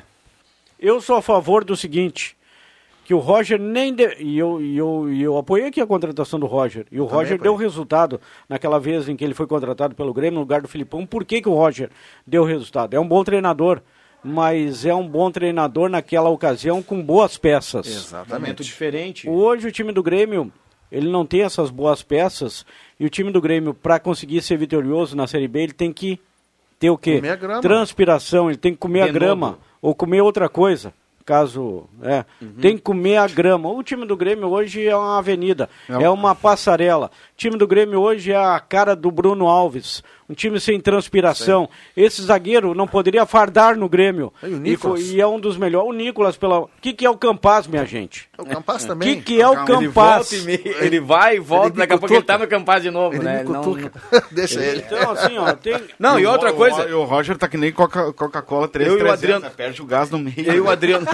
Eu sou a favor do seguinte, que o Roger nem... De... E eu, e eu, e eu apoiei aqui a contratação do Roger. E o Também Roger apoiei. deu resultado naquela vez em que ele foi contratado pelo Grêmio no lugar do Filipão. Por que, que o Roger deu resultado? É um bom treinador, mas é um bom treinador naquela ocasião com boas peças. Momento Exatamente. diferente. Hoje o time do Grêmio, ele não tem essas boas peças, e o time do Grêmio, para conseguir ser vitorioso na Série B, ele tem que ter o quê? Comer a grama. Transpiração, ele tem que comer De a grama, novo. ou comer outra coisa, caso... É, tem que comer a grama. O time do Grêmio hoje é uma avenida, é uma passarela. O time do Grêmio hoje é a cara do Bruno Alves, um time sem transpiração. Esse zagueiro não poderia fardar no Grêmio. E o E, Nicolas? foi- e é um dos melhores. O Nicolas, pela... o que, que é o Campaz, minha gente? O Campas O também. que, que é o Ele Campaz? volta e meia, ele vai e volta, Ele me daqui a pouco ele cutuca. tá no Campaz de novo, Ele né? me Ele não- cutuca. Deixa ele. Então, assim, ó, tem... Não, e outra O- coisa, O, o Roger tá que nem Coca- Coca-Cola três Eu e o trezentos, Adriano- né? Perde o gás no meio. eu e o Adriano.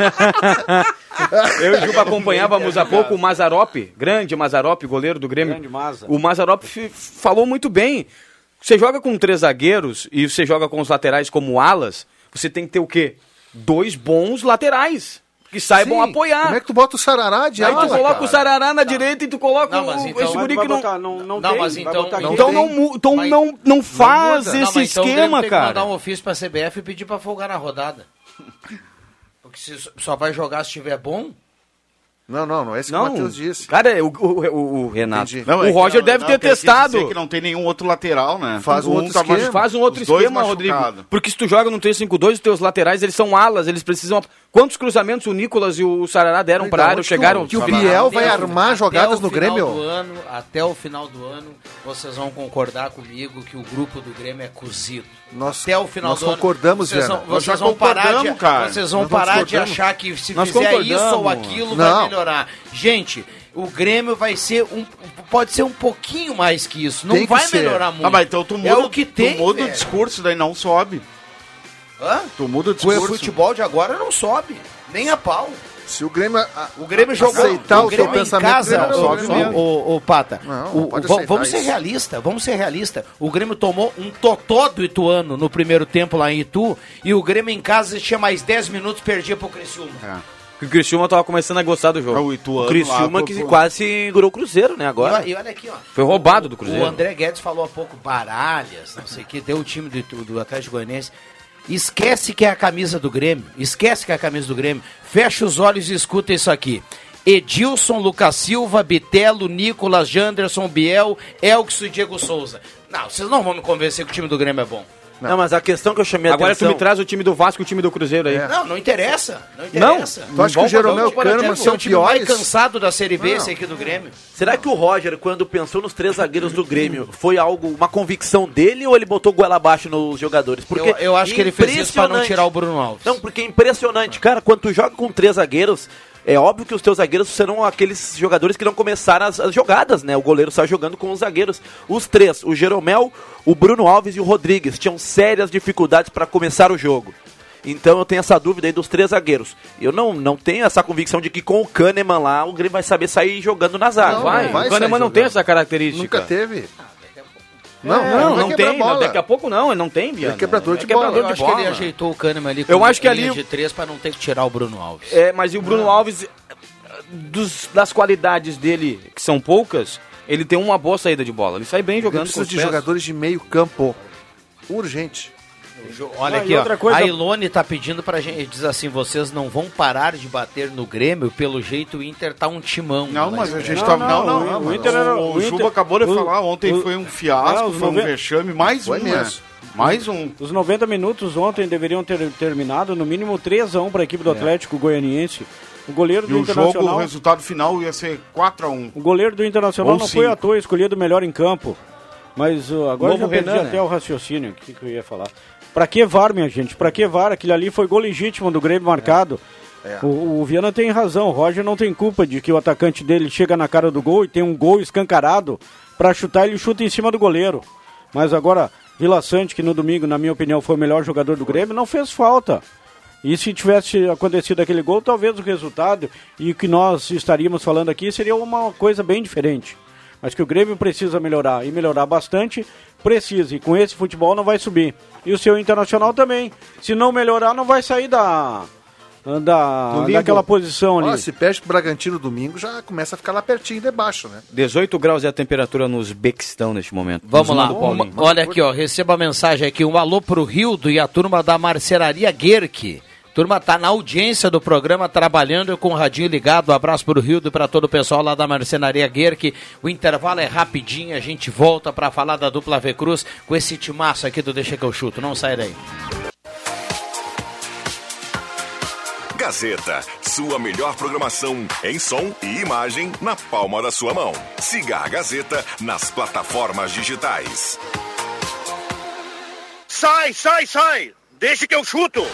Eu e o Juba acompanhávamos há pouco o Mazzaropi, grande Mazzaropi, goleiro do Grêmio. Grande Mazza. O Mazzaropi f- falou muito bem. Você joga com três zagueiros e você joga com os laterais como alas, você tem que ter o quê? Dois bons laterais que saibam Sim. apoiar. Como é que tu bota o Sarará de Aí tu ala, coloca cara? o Sarará na direita e tu coloca Não, mas o, então- esse Vai- guri vai que não... botar- não, não, Não, tem, mas vai então- botar não aqui. Então tem. não, mu- então Mas- não, não faz muda. Não, esse mas então o Grêmio esquema, tem que cara. mandar um ofício pra C B F e pedir pra folgar na rodada. Porque se só vai jogar se estiver bom. Não, não, não é esse que Não, o Matheus disse. Cara, o, o, o, o Renato. Entendi. Não, o é que Roger não- deve não, ter quer testado. dizer que não tem nenhum outro lateral, né? Faz um outro tá esquema. machu- Faz um outro os dois esquema, Rodrigo. machucados. Porque se tu joga no três cinco dois, os teus laterais, eles são alas, eles precisam... Quantos cruzamentos o Nicolas e o Sarará deram Então, pra área, onde chegaram... que o Biel vai Até o- armar até jogadas o no final Grêmio? do ano, até o final do ano, vocês vão concordar comigo que o grupo do Grêmio é cozido. Nós, Até o final nós do ano. concordamos, vocês Viana. vão, Nós vocês já vão parar de, concordamos, cara. vocês vão Nós não parar de discordamos. achar que se Nós fizer isso ou concordamos. aquilo Não. vai melhorar. Gente, o Grêmio vai ser um, pode ser um pouquinho mais que isso. Não Tem que vai ser. melhorar muito. Ah, mas então tu muda, é o que tem, tu muda o velho. discurso, daí não sobe. Hã? Tu muda o O discurso. futebol de agora não sobe, nem a pau. Se o Grêmio... a- O Grêmio jogou aceitar o o teu Grêmio em pensamento, casa, o Grêmio não o, sobe mesmo. o, o, Pata. Não, o- não pode o- va- aceitar vamos ser isso. realistas, vamos ser realistas. O Grêmio tomou um totó do Ituano no primeiro tempo lá em Itu e o Grêmio em casa tinha mais dez minutos, perdia pro Criciúma. O Criciúma tava começando a gostar do jogo. Ah, o Ituano O Criciúma lá, que pô, quase segurou o Cruzeiro, né, E, agora. olha- e olha aqui, ó. Foi roubado do O Cruzeiro. André Guedes falou há pouco, Baralhas, não sei o que, deu o time do, Itu- do Atlético Goianiense. Esquece que é a camisa do Grêmio, esquece que é a camisa do Grêmio. Fecha os olhos e escuta isso aqui. Edilson, Lucas Silva, Bitelo, Nicolas, Janderson, Biel, Elkson e Diego Souza. Não, vocês não vão me convencer que o time do Grêmio é bom. Não, mas a questão que eu chamei a Agora atenção... tu me traz o time do Vasco e o time do Cruzeiro aí. É. Não, não interessa. Não Não. interessa. Tu acha que o Jeromel e o Por Kahneman exemplo, são o time mais piores? cansado da Série B, Não. esse aqui do Grêmio. Será que o Roger, quando pensou nos três zagueiros do Grêmio, foi algo, uma convicção dele ou ele botou goela abaixo nos jogadores? Porque eu, eu acho que ele fez isso pra não impressionante. tirar o Bruno Alves. Não, porque é impressionante. Cara, quando tu joga com três zagueiros, é óbvio que os teus zagueiros serão aqueles jogadores que não começaram as, as jogadas, né? O goleiro está jogando com os zagueiros. Os três, o Jeromel, o Bruno Alves e o Rodrigues, tinham sérias dificuldades para começar o jogo. Então eu tenho essa dúvida aí dos três zagueiros. Eu não, não tenho essa convicção de que com o Kahneman lá, o Grêmio vai saber sair jogando na zaga. Não, Vai, não vai o Kahneman sair não tem jogando. essa característica. Nunca teve. Não, Não, não, ele vai não quebrar tem. bola. Daqui a pouco não, ele não tem, Viana. Ele é quebrador de É quebrador bola. Eu de acho que ele bola. ajeitou o Kahneman ali com Eu acho que linha ali- de três pra não ter que tirar o Bruno Alves. É, mas e o Bruno Alves, dos- das qualidades dele, que são poucas, ele tem uma boa saída de bola. Ele sai bem Ele jogando com precisa os de pés. jogadores de meio campo. Urgente. Olha Ah, aqui, e ó. outra coisa- A Ilone tá pedindo pra gente, diz assim, vocês não vão parar de bater no Grêmio, pelo jeito o Inter tá um timão. Não, Ela mas a escreve. gente Não, tá... Não, não, não. o- não, o mas Inter era- o, o o Inter- Juba acabou de o- falar, ontem o- foi um fiasco, É, os foi um noven- vexame, mais Foi um, mesmo. né? Mais um. Os noventa minutos ontem deveriam ter terminado no mínimo três a um para a equipe do Atlético Goianiense. O goleiro E do o jogo, o Internacional, resultado final ia ser quatro a um. o goleiro do Internacional Ou não foi cinco. à toa escolhido melhor em campo. Mas uh, agora eu Novo já perdi Renan, até né? o raciocínio, o que, que eu ia falar. Pra que V A R, minha gente? Pra que V A R? Aquilo ali foi gol legítimo do Grêmio marcado. É. O, o Viana tem razão, o Roger não tem culpa de que o atacante dele chega na cara do gol e tem um gol escancarado pra chutar, ele chuta em cima do goleiro. Mas agora, Vila Sante, que no domingo, na minha opinião, foi o melhor jogador do Grêmio, não fez falta. E se tivesse acontecido aquele gol, talvez o resultado e o que nós estaríamos falando aqui seria uma coisa bem diferente. Mas que o Grêmio precisa melhorar, e melhorar bastante, precisa. E com esse futebol não vai subir. E o seu Internacional também. Se não melhorar, não vai sair da, da, daquela posição ali. Ó, se perde pro Bragantino domingo, já começa a ficar lá pertinho debaixo, né? dezoito graus é a temperatura no Uzbequistão neste momento. Vamos Nos lá, manda o Paulinho. uma- olha aqui, ó, receba a mensagem aqui, um alô pro Rildo e a turma da Marcenaria Guerque. Turma tá na audiência do programa, trabalhando com o radinho ligado. Um abraço pro Rildo e pra todo o pessoal lá da Marcenaria Guerque. O intervalo é rapidinho, a gente volta pra falar da dupla V Cruz com esse timaço aqui do Deixa que eu chuto. Não sai daí. Gazeta, sua melhor programação em som e imagem na palma da sua mão. Siga a Gazeta nas plataformas digitais. Sai, sai, sai! Deixa que eu chuto!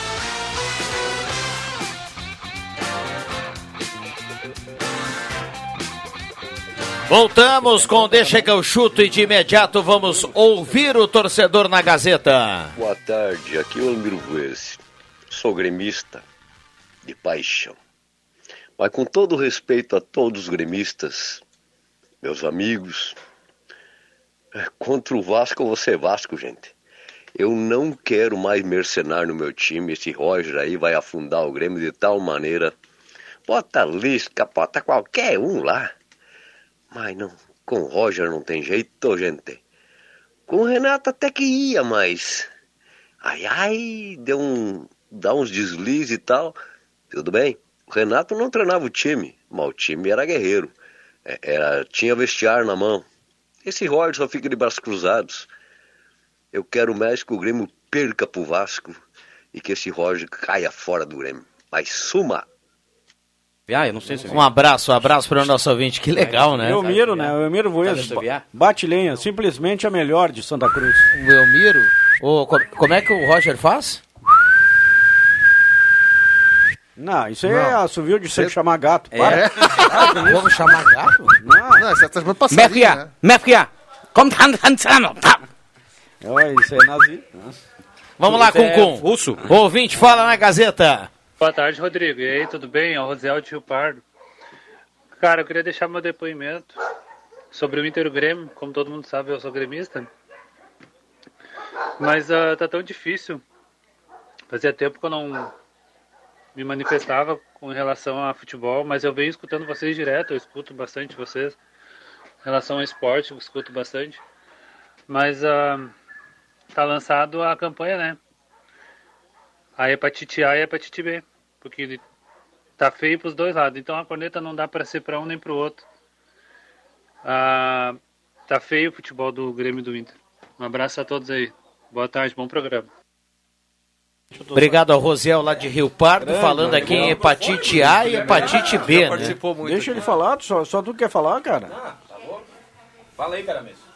Voltamos com Deixa que eu chuto e de imediato vamos ouvir o torcedor na Gazeta. Boa tarde, aqui é o Elmiro Vuez. Sou gremista de paixão. Mas com todo respeito a todos os gremistas, meus amigos, contra o Vasco eu vou ser Vasco, gente. Eu não quero mais mercenário no meu time. Esse Roger aí vai afundar o Grêmio de tal maneira. Bota Lisca, bota qualquer um lá. Mas não, com o Roger não tem jeito, gente. Com o Renato até que ia, mas... Ai, ai, deu um... Dá uns deslizes e tal. Tudo bem. O Renato não treinava o time. Mas o time era guerreiro. Era, tinha vestiário na mão. Esse Roger só fica de braços cruzados. Eu quero mais que o Grêmio perca pro Vasco e que esse Roger caia fora do Grêmio. Mas suma! Ah, eu não sei se um abraço, um abraço para o nosso ouvinte. Que legal, né? O Elmiro, né? O Elmiro Voes, bate lenha, simplesmente a melhor de Santa Cruz. O Elmiro? O, como é que o Roger faz? Não, isso aí não. É assovio de você chamar gato. É? Para. Ah, vamos chamar gato? Não, não você tá chamando passarinho, né? Mefia, como tá andando? Isso é nazi. Vamos lá, Cuncum. Russo. O ouvinte, fala na Gazeta. Boa tarde, Rodrigo. E aí, tudo bem? É o Rosiel de Rio Pardo. Cara, eu queria deixar meu depoimento sobre o Inter e o Grêmio. Como todo mundo sabe, eu sou gremista. Mas uh, tá tão difícil. Fazia tempo que eu não me manifestava com relação a futebol, mas eu venho escutando vocês direto, eu escuto bastante vocês. Em relação ao esporte, eu escuto bastante. Mas uh, tá lançado a campanha, né? A hepatite A e a hepatite B, porque tá feio pros dois lados. Então a corneta não dá para ser para um nem para o outro. Ah, tá feio o futebol do Grêmio e do Inter. Um abraço a todos aí. Boa tarde, bom programa. Obrigado ao Rosiel lá de Rio Pardo, Grande, falando aqui em hepatite A e hepatite B, né? Deixa ele falar, só, só tu quer falar, cara. Ah, tá bom. Fala aí, cara mesmo.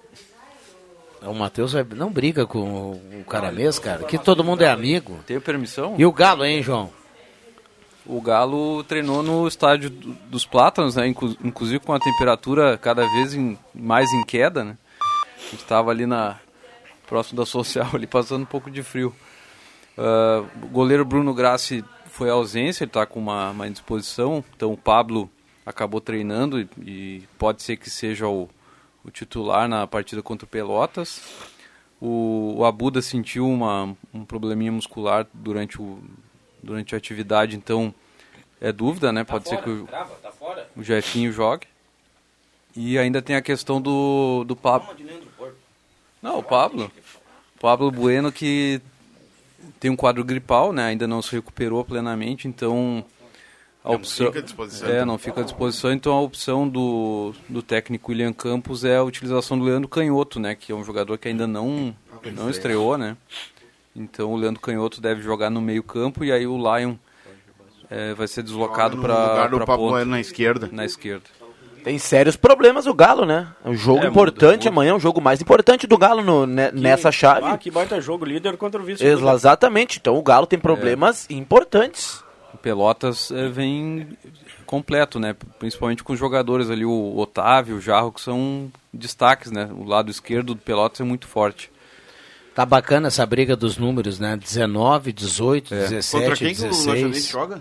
O Matheus não briga com o cara mesmo, cara. Que todo mundo é amigo. Tenho permissão? E o Galo, hein, João? O Galo treinou no estádio dos Plátanos, né? Inclusive com a temperatura cada vez em, mais em queda, né? A gente estava ali na, próximo da Social, ali passando um pouco de frio. Uh, o goleiro Bruno Grassi foi à ausência, ele está com uma, uma indisposição. Então o Pablo acabou treinando e, e pode ser que seja o o titular na partida contra o Pelotas. O, o Abuda sentiu uma, um probleminha muscular durante, o, durante a atividade, então é dúvida, né? Pode tá ser fora, que o, trava, tá fora. o Jefinho jogue. E ainda tem a questão do, do Pablo. Não, o Pablo. Pablo Bueno, que tem um quadro gripal, né? Ainda não se recuperou plenamente, então a opção, não fica à disposição. É, não fica à disposição, então a opção do, do técnico William Campos é a utilização do Leandro Canhoto, né, que é um jogador que ainda não, não estreou, né, então o Leandro Canhoto deve jogar no meio campo e aí o Lion é, vai ser deslocado para a ponta, na esquerda. Na esquerda. Tem sérios problemas o Galo, né? É um jogo é, importante, muda, amanhã é um jogo mais importante do Galo no, ne, que, nessa chave. Ah, que baita jogo, líder contra o vice. Exatamente, então o Galo tem problemas é. importantes. Pelotas é, vem completo, né? Principalmente com os jogadores ali, o Otávio, o Jarro, que são destaques, né? O lado esquerdo do Pelotas é muito forte. Tá bacana essa briga dos números, né? dezenove, dezoito, é. dezessete, contra quem dezesseis. Que o Lajadense joga?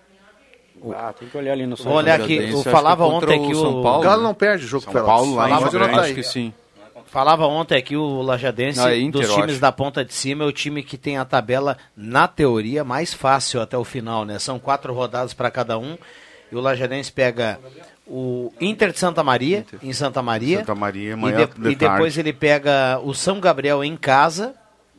Ah, tem que olhar ali no Vou olhar aqui, eu falava que ontem que o São Paulo, o Galo não perde o jogo São Paulo lá em Grande, acho que sim. Falava ontem aqui o Lajadense, ah, é Inter, dos times da ponta de cima, é o time que tem a tabela, na teoria, mais fácil até o final, né? São quatro rodadas para cada um. E o Lajadense pega o Inter de Santa Maria, Inter. em Santa Maria. Santa Maria, amanhã, e, de, de e depois ele pega o São Gabriel em casa.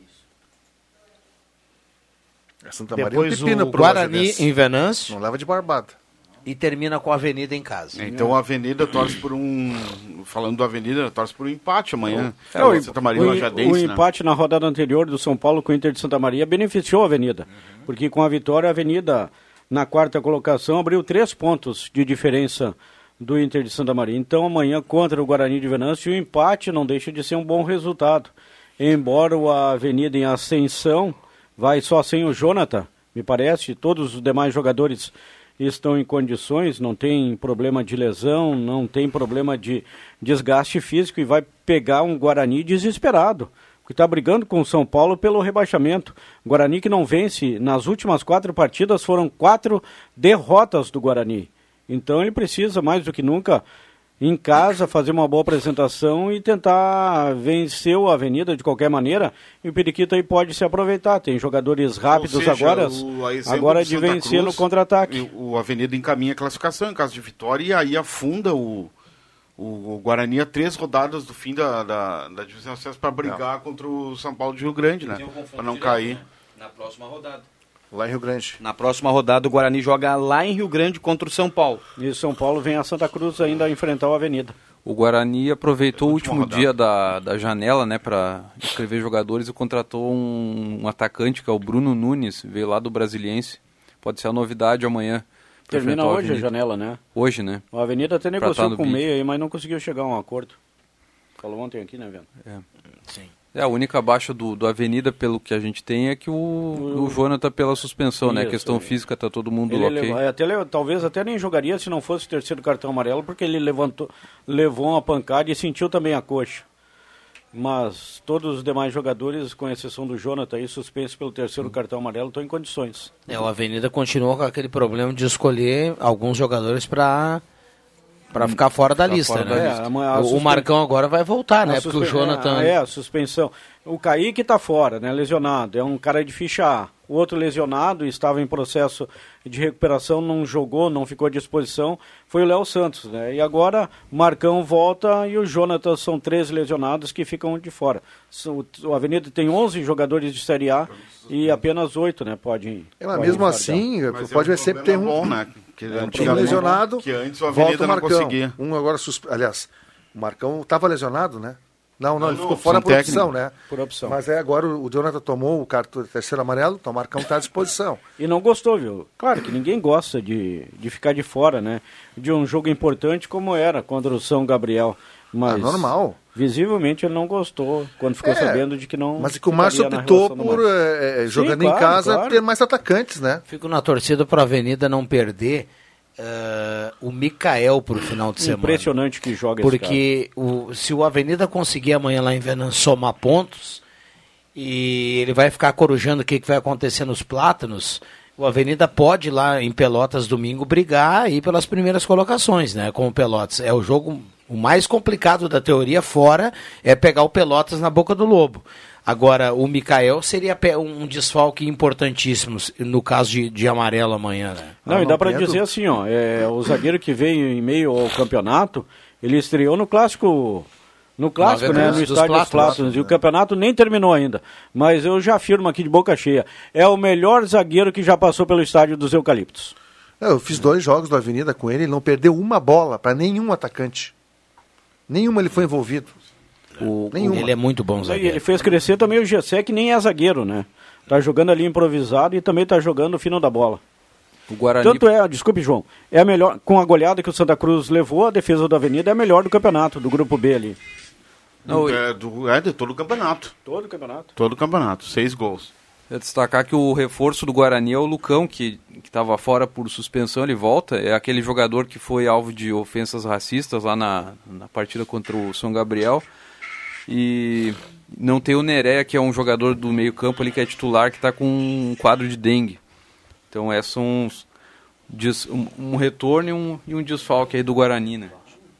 É Santa depois Maria é um o Guarani em Venâncio. Não leva de barbada. E termina com a Avenida em casa. Então a Avenida torce por um... Falando da Avenida, torce por um empate amanhã. É, o, Santa Maria o, o empate né? na rodada anterior do São Paulo com o Inter de Santa Maria beneficiou a Avenida. Uhum. Porque com a vitória, a Avenida, na quarta colocação, abriu três pontos de diferença do Inter de Santa Maria. Então amanhã, contra o Guarani de Venâncio, o empate não deixa de ser um bom resultado. Embora a Avenida em ascensão vai só sem o Jonathan, me parece, todos os demais jogadores estão em condições, não tem problema de lesão, não tem problema de desgaste físico e vai pegar um Guarani desesperado, que está brigando com o São Paulo pelo rebaixamento. Guarani que não vence, nas últimas quatro partidas foram quatro derrotas do Guarani. Então ele precisa mais do que nunca em casa fazer uma boa apresentação e tentar vencer a Avenida de qualquer maneira, e o Periquito aí pode se aproveitar, tem jogadores rápidos seja, agora, agora de vencer no contra-ataque. O Avenida encaminha a classificação em caso de vitória e aí afunda o, o, o Guarani a três rodadas do fim da, da, da divisão de acesso para brigar não. contra o São Paulo de Rio Grande, né? Para não cair. Na próxima rodada. Lá em Rio Grande. Na próxima rodada, o Guarani joga lá em Rio Grande contra o São Paulo. E o São Paulo vem a Santa Cruz ainda a enfrentar o Avenida. O Guarani aproveitou o último rodada. dia da, da janela, né, para inscrever jogadores e contratou um, um atacante, que é o Bruno Nunes, veio lá do Brasiliense. Pode ser a novidade amanhã. Termina hoje a janela, né? Hoje, né? A Avenida até negociou Pra tá no com o bid. meio aí, mas não conseguiu chegar a um acordo. Falou ontem aqui, né, Vendo? É. Sim. É, a única baixa do, do Avenida, pelo que a gente tem, é que o, o, o Jonathan pela suspensão, né? A Isso, questão é. física, tá todo mundo Ele ok. levou- é, até, le- talvez até nem jogaria se não fosse o terceiro cartão amarelo, porque ele levantou, levou uma pancada e sentiu também a coxa. Mas todos os demais jogadores, com exceção do Jonathan, aí, suspensos pelo terceiro cartão amarelo, estão em condições. É, o Avenida continua com aquele problema de escolher alguns jogadores para para ficar fora da Ficar lista, fora né? da lista. É, amanhã a o, o suspen- Marcão agora vai voltar, né? A Porque o suspen- Jonathan... É, é, a suspensão. O Kaique está fora, né, lesionado. É um cara de ficha A. O outro lesionado, estava em processo de recuperação, não jogou, não ficou à disposição, foi o Léo Santos, né? E agora o Marcão volta e o Jonathan, são três lesionados que ficam de fora. O, o Avenida tem onze jogadores de Série A e apenas oito, né, podem... É, mas podem mesmo guardar. assim, Mas pode é um sempre ter um, problema bom, né? Que um antigamente- lesionado, que antes o volta Avenida o não Marcão. conseguia. Um agora, suspe... aliás, o Marcão estava lesionado, né? Não, não, Não, ele não, ficou fora opção por opção, técnica. né? Por opção. Mas é agora o o Jonathan tomou o cartão terceiro amarelo, então o Marcão está à disposição. E não gostou, viu? Claro que ninguém gosta de, de ficar de fora, né? De um jogo importante como era contra o São Gabriel. Mas Ah, normal. Visivelmente ele não gostou quando ficou É, sabendo de que não. Mas é que o Márcio ficaria na optou relação do por, Márcio. é, é, Sim, jogando claro, em casa, claro. ter mais atacantes, né? Fico na torcida para a Avenida não perder eh, o Mikael para o final de semana. Impressionante que joga esse cara. Porque o, se o Avenida conseguir amanhã lá em Venâncio somar pontos, e ele vai ficar corujando o que, que vai acontecer nos Plátanos, o Avenida pode ir lá em Pelotas domingo brigar aí pelas primeiras colocações, né? Com o Pelotas. É o jogo o mais complicado da teoria fora é pegar o Pelotas na boca do lobo. Agora, o Mikael seria pe- um desfalque importantíssimo no caso de, de amarelo amanhã, né? Não, Ah, e dá não para tento. dizer assim, ó, é, o zagueiro que veio em meio ao campeonato, ele estreou no clássico, no clássico, Nova né, Venâncio no dos estádio dos Plátanos, Plátanos, e o campeonato nem terminou ainda. Mas eu já afirmo aqui de boca cheia, é o melhor zagueiro que já passou pelo estádio dos Eucaliptos. Eu fiz dois jogos do Avenida com ele, ele não perdeu uma bola para nenhum atacante. Nenhuma ele foi envolvido. O, Nenhuma. ele é muito bom E zagueiro. ele fez crescer também o Gessé, que nem é zagueiro, né? Tá jogando ali improvisado e também tá jogando o fino da bola. O Guarani... Tanto é, desculpe, João, é a melhor, com a goleada que o Santa Cruz levou, a defesa do Avenida é a melhor do campeonato, do grupo B ali. Não, é, do, é de todo o campeonato. Todo o campeonato. Todo o campeonato, seis gols. É destacar que o reforço do Guarani é o Lucão, que estava fora por suspensão, ele volta. É aquele jogador que foi alvo de ofensas racistas lá na, na partida contra o São Gabriel. E não tem o Nerea, que é um jogador do meio campo ali, que é titular, que está com um quadro de dengue. Então é são uns, des- um, um retorno e um, e um desfalque aí do Guarani, né?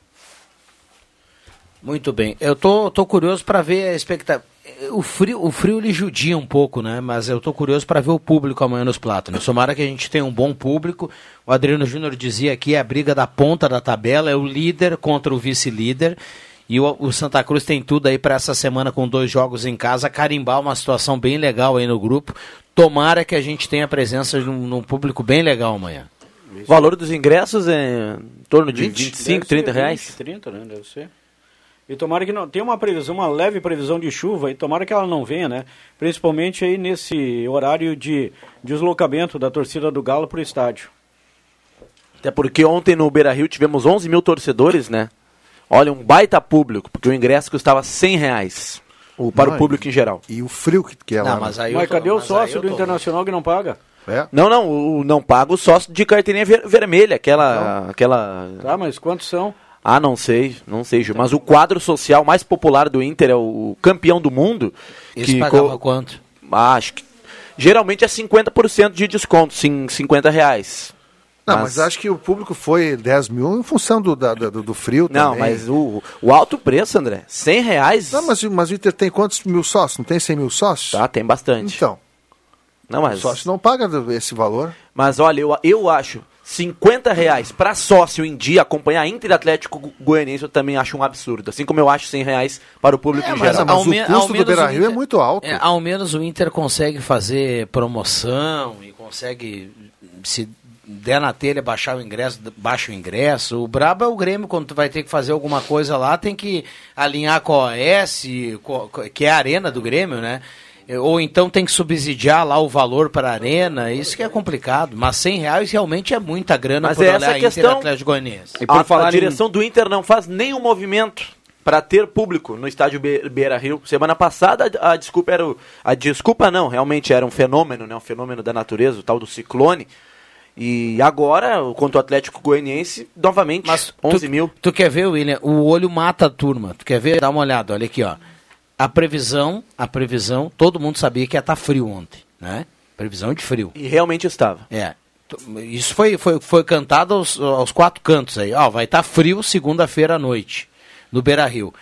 Muito bem. Eu tô, tô curioso para ver a expectativa. O frio, o frio lhe judia um pouco, né? Mas eu tô curioso para ver o público amanhã nos Plátanos. Tomara que a gente tenha um bom público. O Adriano Júnior dizia aqui, a briga da ponta da tabela é o líder contra o vice-líder. E o, o Santa Cruz tem tudo aí para essa semana com dois jogos em casa, carimbar uma situação bem legal aí no grupo. Tomara que a gente tenha a presença de um, de um público bem legal amanhã. O valor dos ingressos é em torno de vinte, vinte e cinco, deve ser trinta reais. vinte, trinta, né? Deve ser. E tomara que não. Tem uma previsão, uma leve previsão de chuva, e tomara que ela não venha, né? Principalmente aí nesse horário de deslocamento da torcida do Galo pro estádio. Até porque ontem no Beira-Rio tivemos onze mil torcedores, né? Olha, um baita público, porque o ingresso custava cem reais o, para Não, o público em geral. E o frio que, que é lá. Não, mas né? aí Mas eu tô- cadê o mas aí sócio eu do tô- Internacional que não paga? É. Não, não, o não paga o sócio de carteirinha ver- vermelha, aquela, aquela... Tá, mas quantos são? Ah, não sei, não sei, Gil. Mas o quadro social mais popular do Inter é o campeão do mundo. Esse que pagava co- quanto? Ah, acho que geralmente é cinquenta por cento de desconto, sim, cinquenta reais. Não, mas... acho que o público foi dez mil em função do, da- do, do frio Não, também. mas o, o alto preço, André, cem reais. Não, mas, mas o Inter tem quantos mil sócios? Não tem cem mil sócios? Tá, tem bastante. Então, Não, o mas, sócio não paga esse valor. mas olha, eu, eu acho cinquenta reais para sócio em dia acompanhar Inter e Atlético Goianiense eu também acho um absurdo. Assim como eu acho cem reais para o público É, em mas geral. ao me- o custo ao do menos Beira-Rio o é Inter- muito alto. É, ao menos o Inter consegue fazer promoção e consegue, se der na telha, baixar o ingresso, baixa o ingresso. O brabo é o Grêmio, quando tu vai ter que fazer alguma coisa lá, tem que alinhar com a O S, co- co- que é a arena do Grêmio, né? Ou então tem que subsidiar lá o valor para a arena, isso que é complicado. Mas cem reais realmente é muita grana Mas por é olhar essa Inter e questão. Atlético Goianiense. E por A, falar a em- direção do Inter não faz nenhum movimento para ter público no estádio Be- Beira-Rio. Semana passada a, a desculpa era o, a desculpa não, realmente era um fenômeno, né, um fenômeno da natureza, o tal do ciclone. E agora, quanto ao Atlético Goianiense, novamente, Mas onze tu, mil. Tu quer ver, William? O olho mata a turma. Tu quer ver? Dá uma olhada, olha aqui, ó. A previsão, a previsão, todo mundo sabia que ia estar frio ontem, né? Previsão de frio. E realmente estava. É. Isso foi, foi, foi cantado aos, aos quatro cantos aí. Ó, vai estar frio segunda-feira à noite, no Beira-Rio.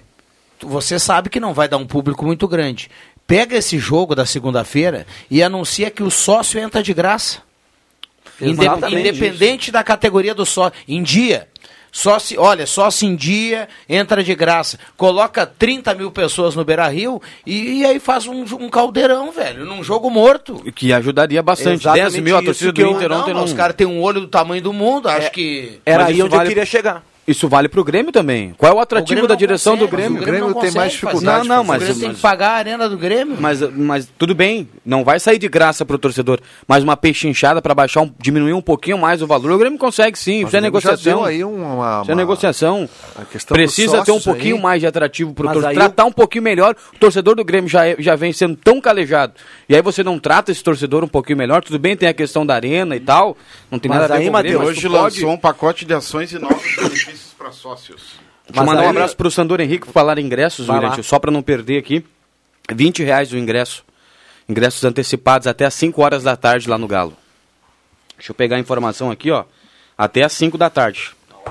Você sabe que não vai dar um público muito grande. Pega esse jogo da segunda-feira e anuncia que o sócio entra de graça. Inde- Exatamente independente da categoria do sócio. Em dia. Só se, olha, só se em dia entra de graça. Coloca trinta mil pessoas no Beira-Rio e, e aí faz um, um caldeirão, velho, num jogo morto. Que ajudaria bastante. Exatamente dez mil, a isso torcida que do eu- Inter Não, ontem mas não... os caras têm um olho do tamanho do mundo, acho que... Era Mas aí isso onde eu vale- queria chegar. Isso vale pro Grêmio também. Qual é o atrativo Grêmio da não direção consegue, do Grêmio? mas O Grêmio não tem mais consegue dificuldade fazer. Não, não, O mas- Grêmio tem mas- que pagar a arena do Grêmio. Mas, mas tudo bem, não vai sair de graça pro torcedor. Mas uma pechinchada para baixar um, diminuir um pouquinho mais o valor, o Grêmio consegue sim. Mas Isso é o Grêmio já negociação. deu aí uma, Isso é uma- negociação. a questão dos Precisa ter um sócios pouquinho aí. mais de atrativo pro Mas torcedor. aí Tratar um pouquinho melhor. O torcedor do Grêmio já, é- já vem sendo tão calejado. E aí você não trata esse torcedor um pouquinho melhor. Tudo bem, tem a questão da arena e tal. Não tem Mas nada a ver aí, com o Grêmio, Matheus, mas Hoje tu pode... lançou um pacote de ações e novos benefícios para sócios. Deixa eu Mas mandar um aí- abraço pro Sandor Henrique por falar em ingressos, Vai William, lá. só para não perder aqui. vinte reais o ingresso. Ingressos antecipados até às cinco horas da tarde lá no Galo. Deixa eu pegar a informação aqui, ó. Até às cinco da tarde.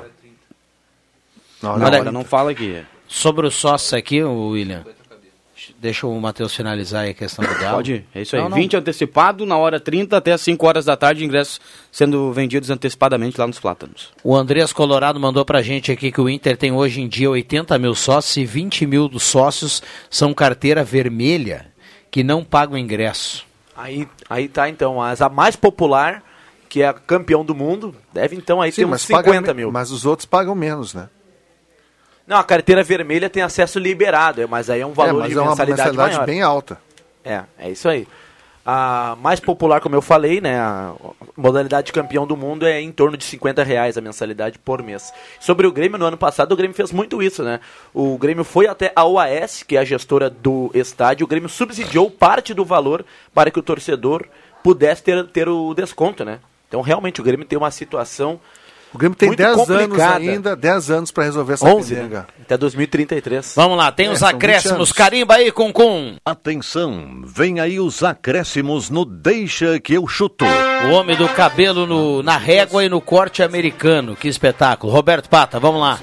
Não, Na não, hora não fala aqui. Sobre os sócios aqui, o William, deixa o Matheus finalizar aí a questão do Galo. Pode ir, é isso aí. Não, não. vinte antecipado, na hora trinta até às cinco horas da tarde, ingressos sendo vendidos antecipadamente lá nos Plátanos. O Andrés Colorado mandou pra gente aqui que o Inter tem hoje em dia oitenta mil sócios e vinte mil dos sócios são carteira vermelha, que não pagam ingresso. Aí, aí tá então, mas a mais popular, que é a campeão do mundo, deve então aí Sim, ter uns mas, paga cinquenta me- mil. mas os outros pagam menos, né? Não, a carteira vermelha tem acesso liberado, é, mas aí é um valor é, mas de é uma mensalidade, mensalidade maior. bem alta. É, é isso aí. A mais popular, como eu falei, né, a modalidade de campeão do mundo é em torno de cinquenta reais a mensalidade por mês. Sobre o Grêmio, no ano passado, o Grêmio fez muito isso, né? O Grêmio foi até a O A S, que é a gestora do estádio, o Grêmio subsidiou parte do valor para que o torcedor pudesse ter, ter o desconto, né? Então, realmente, o Grêmio tem uma situação O Grêmio tem muito dez anos complicada. ainda, dez anos para resolver essa onze, pendenga. né? Até dois mil e trinta e três. Vamos lá, tem É, os são vinte acréscimos. anos. Carimba aí, Concum. Atenção, vem aí os acréscimos no Deixa que eu chuto. O homem do cabelo no, na régua e no corte americano. Que espetáculo. Roberto Pata, vamos lá.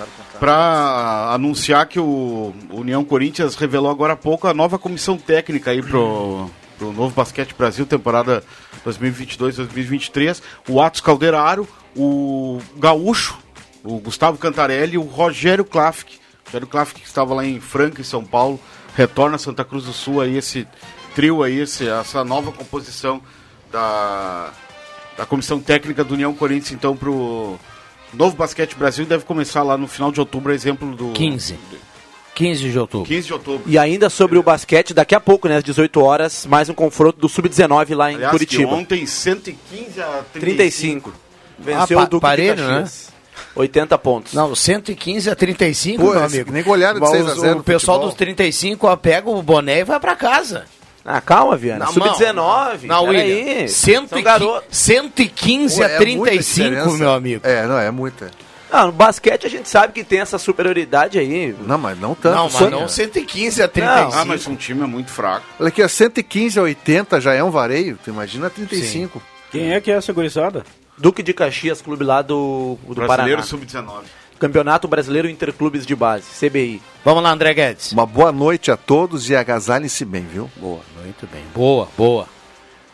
Para anunciar que o União Corinthians revelou agora há pouco a nova comissão técnica aí pro, pro Novo Basquete Brasil, temporada dois mil e vinte e dois, dois mil e vinte e três. O Atos Calderaro, o Gaúcho, o Gustavo Cantarelli e o Rogério Klafke. Rogério Klafke, que estava lá em Franca, em São Paulo, retorna a Santa Cruz do Sul, aí esse trio aí, esse, essa nova composição da, da comissão técnica do União Corinthians, então, pro Novo Basquete Brasil, deve começar lá no final de outubro, exemplo do... quinze. quinze de outubro. quinze de outubro. E ainda sobre o basquete, daqui a pouco, né, às dezoito horas, mais um confronto do sub dezenove lá em Aliás, Curitiba. que ontem cento e quinze a trinta e trinta e cinco. cinco. Venceu Ah, o Duque parelho, de Caxias. oitenta pontos. Não, cento e quinze a trinta e cinco, Pô, meu esse- amigo. nem goleada de Mas seis a zero O no pessoal futebol. dos trinta e cinco ó, pega o boné e vai pra casa. Ah, calma, Viana. Não, sub dezenove. Não, pera William. aí. cento São e quinze, garotos. cento e quinze Pô, a é trinta e muita cinco, diferença. meu amigo. É, não, é muita. Ah, no basquete a gente sabe que tem essa superioridade aí. Não, mas não tanto. Não, mas Só- não cento e quinze a trinta e cinco. Ah, mas um time é muito fraco. Olha aqui, a cento e quinze a oitenta já é um vareio. Tu imagina trinta e cinco. Quem é que é essa gurizada? Duque de Caxias, clube lá do, do Brasileiro Paraná. sub dezenove. Campeonato Brasileiro Interclubes de Base, C B I. Vamos lá, André Guedes. Uma boa noite a todos e agasalhem-se bem, viu? Boa, muito bem. Boa, boa.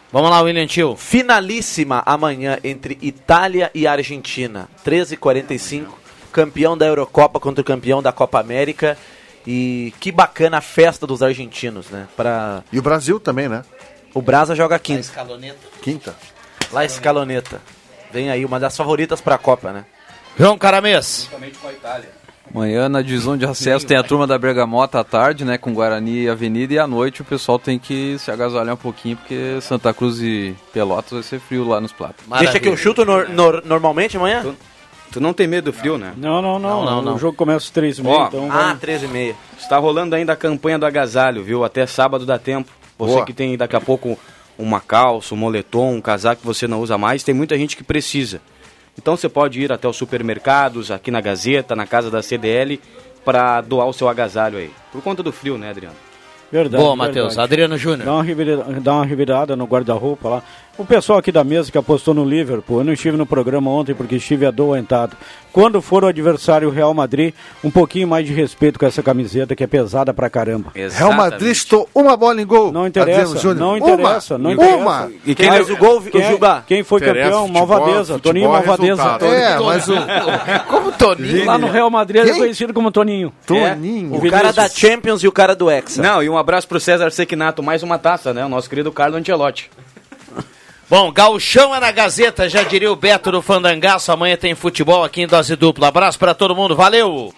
Vamos lá, William Tio. Finalíssima amanhã entre Itália e Argentina. treze e quarenta e cinco. Campeão da Eurocopa contra o campeão da Copa América. E que bacana a festa dos argentinos, né? Pra... E o Brasil também, né? O Brasa joga quinta. Escaloneta. Quinta. La Escaloneta. Vem aí, uma das favoritas pra Copa, né? João Caramês. Juntamente com a Itália. Amanhã na divisão de acesso tem a turma da Bergamota à tarde, né, com Guarani e Avenida, e à noite o pessoal tem que se agasalhar um pouquinho, porque Santa Cruz e Pelotas vai ser frio lá nos Platos. Deixa que eu chuto nor, nor, normalmente amanhã? Tu, tu não tem medo do frio, né? Não, não, não. Não, não, não. O jogo começa às três e meia, Ó, então... Ah, vamos... treze e meia. Está rolando ainda a campanha do agasalho, viu? Até sábado dá tempo. Você Boa. que tem daqui a pouco uma calça, um moletom, um casaco que você não usa mais, tem muita gente que precisa. Então você pode ir até os supermercados, aqui na Gazeta, na casa da C D L, para doar o seu agasalho aí. Por conta do frio, né, Adriano? Verdade. Boa, Matheus. verdade. Adriano Júnior. Dá uma, revirada, dá uma revirada no guarda-roupa lá. O pessoal aqui da mesa que apostou no Liverpool, eu não estive no programa ontem porque estive adoentado. Quando for o adversário Real Madrid, um pouquinho mais de respeito com essa camiseta que é pesada pra caramba. Real Madrid estou uma bola em gol. Não interessa, não interessa, não uma. interessa. Uma. E quem fez o gol, Quem, o Juba? quem foi Interessa, campeão? futebol, Malvadeza, futebol Toninho é Malvadeza. resultado. É, mas o Como Toninho? Lá no Real Madrid ele é Quem? conhecido como Toninho. Toninho. O cara da Champions e o cara do Hexa. Não, e um abraço pro César Sequinato, mais uma taça, né? O nosso querido Carlo Ancelotti. Bom, gauchão é na Gazeta, já diria o Beto do Fandangaço. Amanhã tem futebol aqui em Dose Dupla. Abraço pra todo mundo, valeu!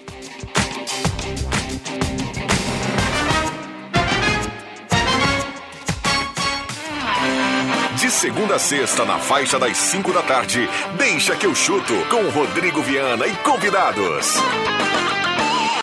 De segunda a sexta, na faixa das cinco da tarde, Deixa que eu chuto, com Rodrigo Viana e convidados.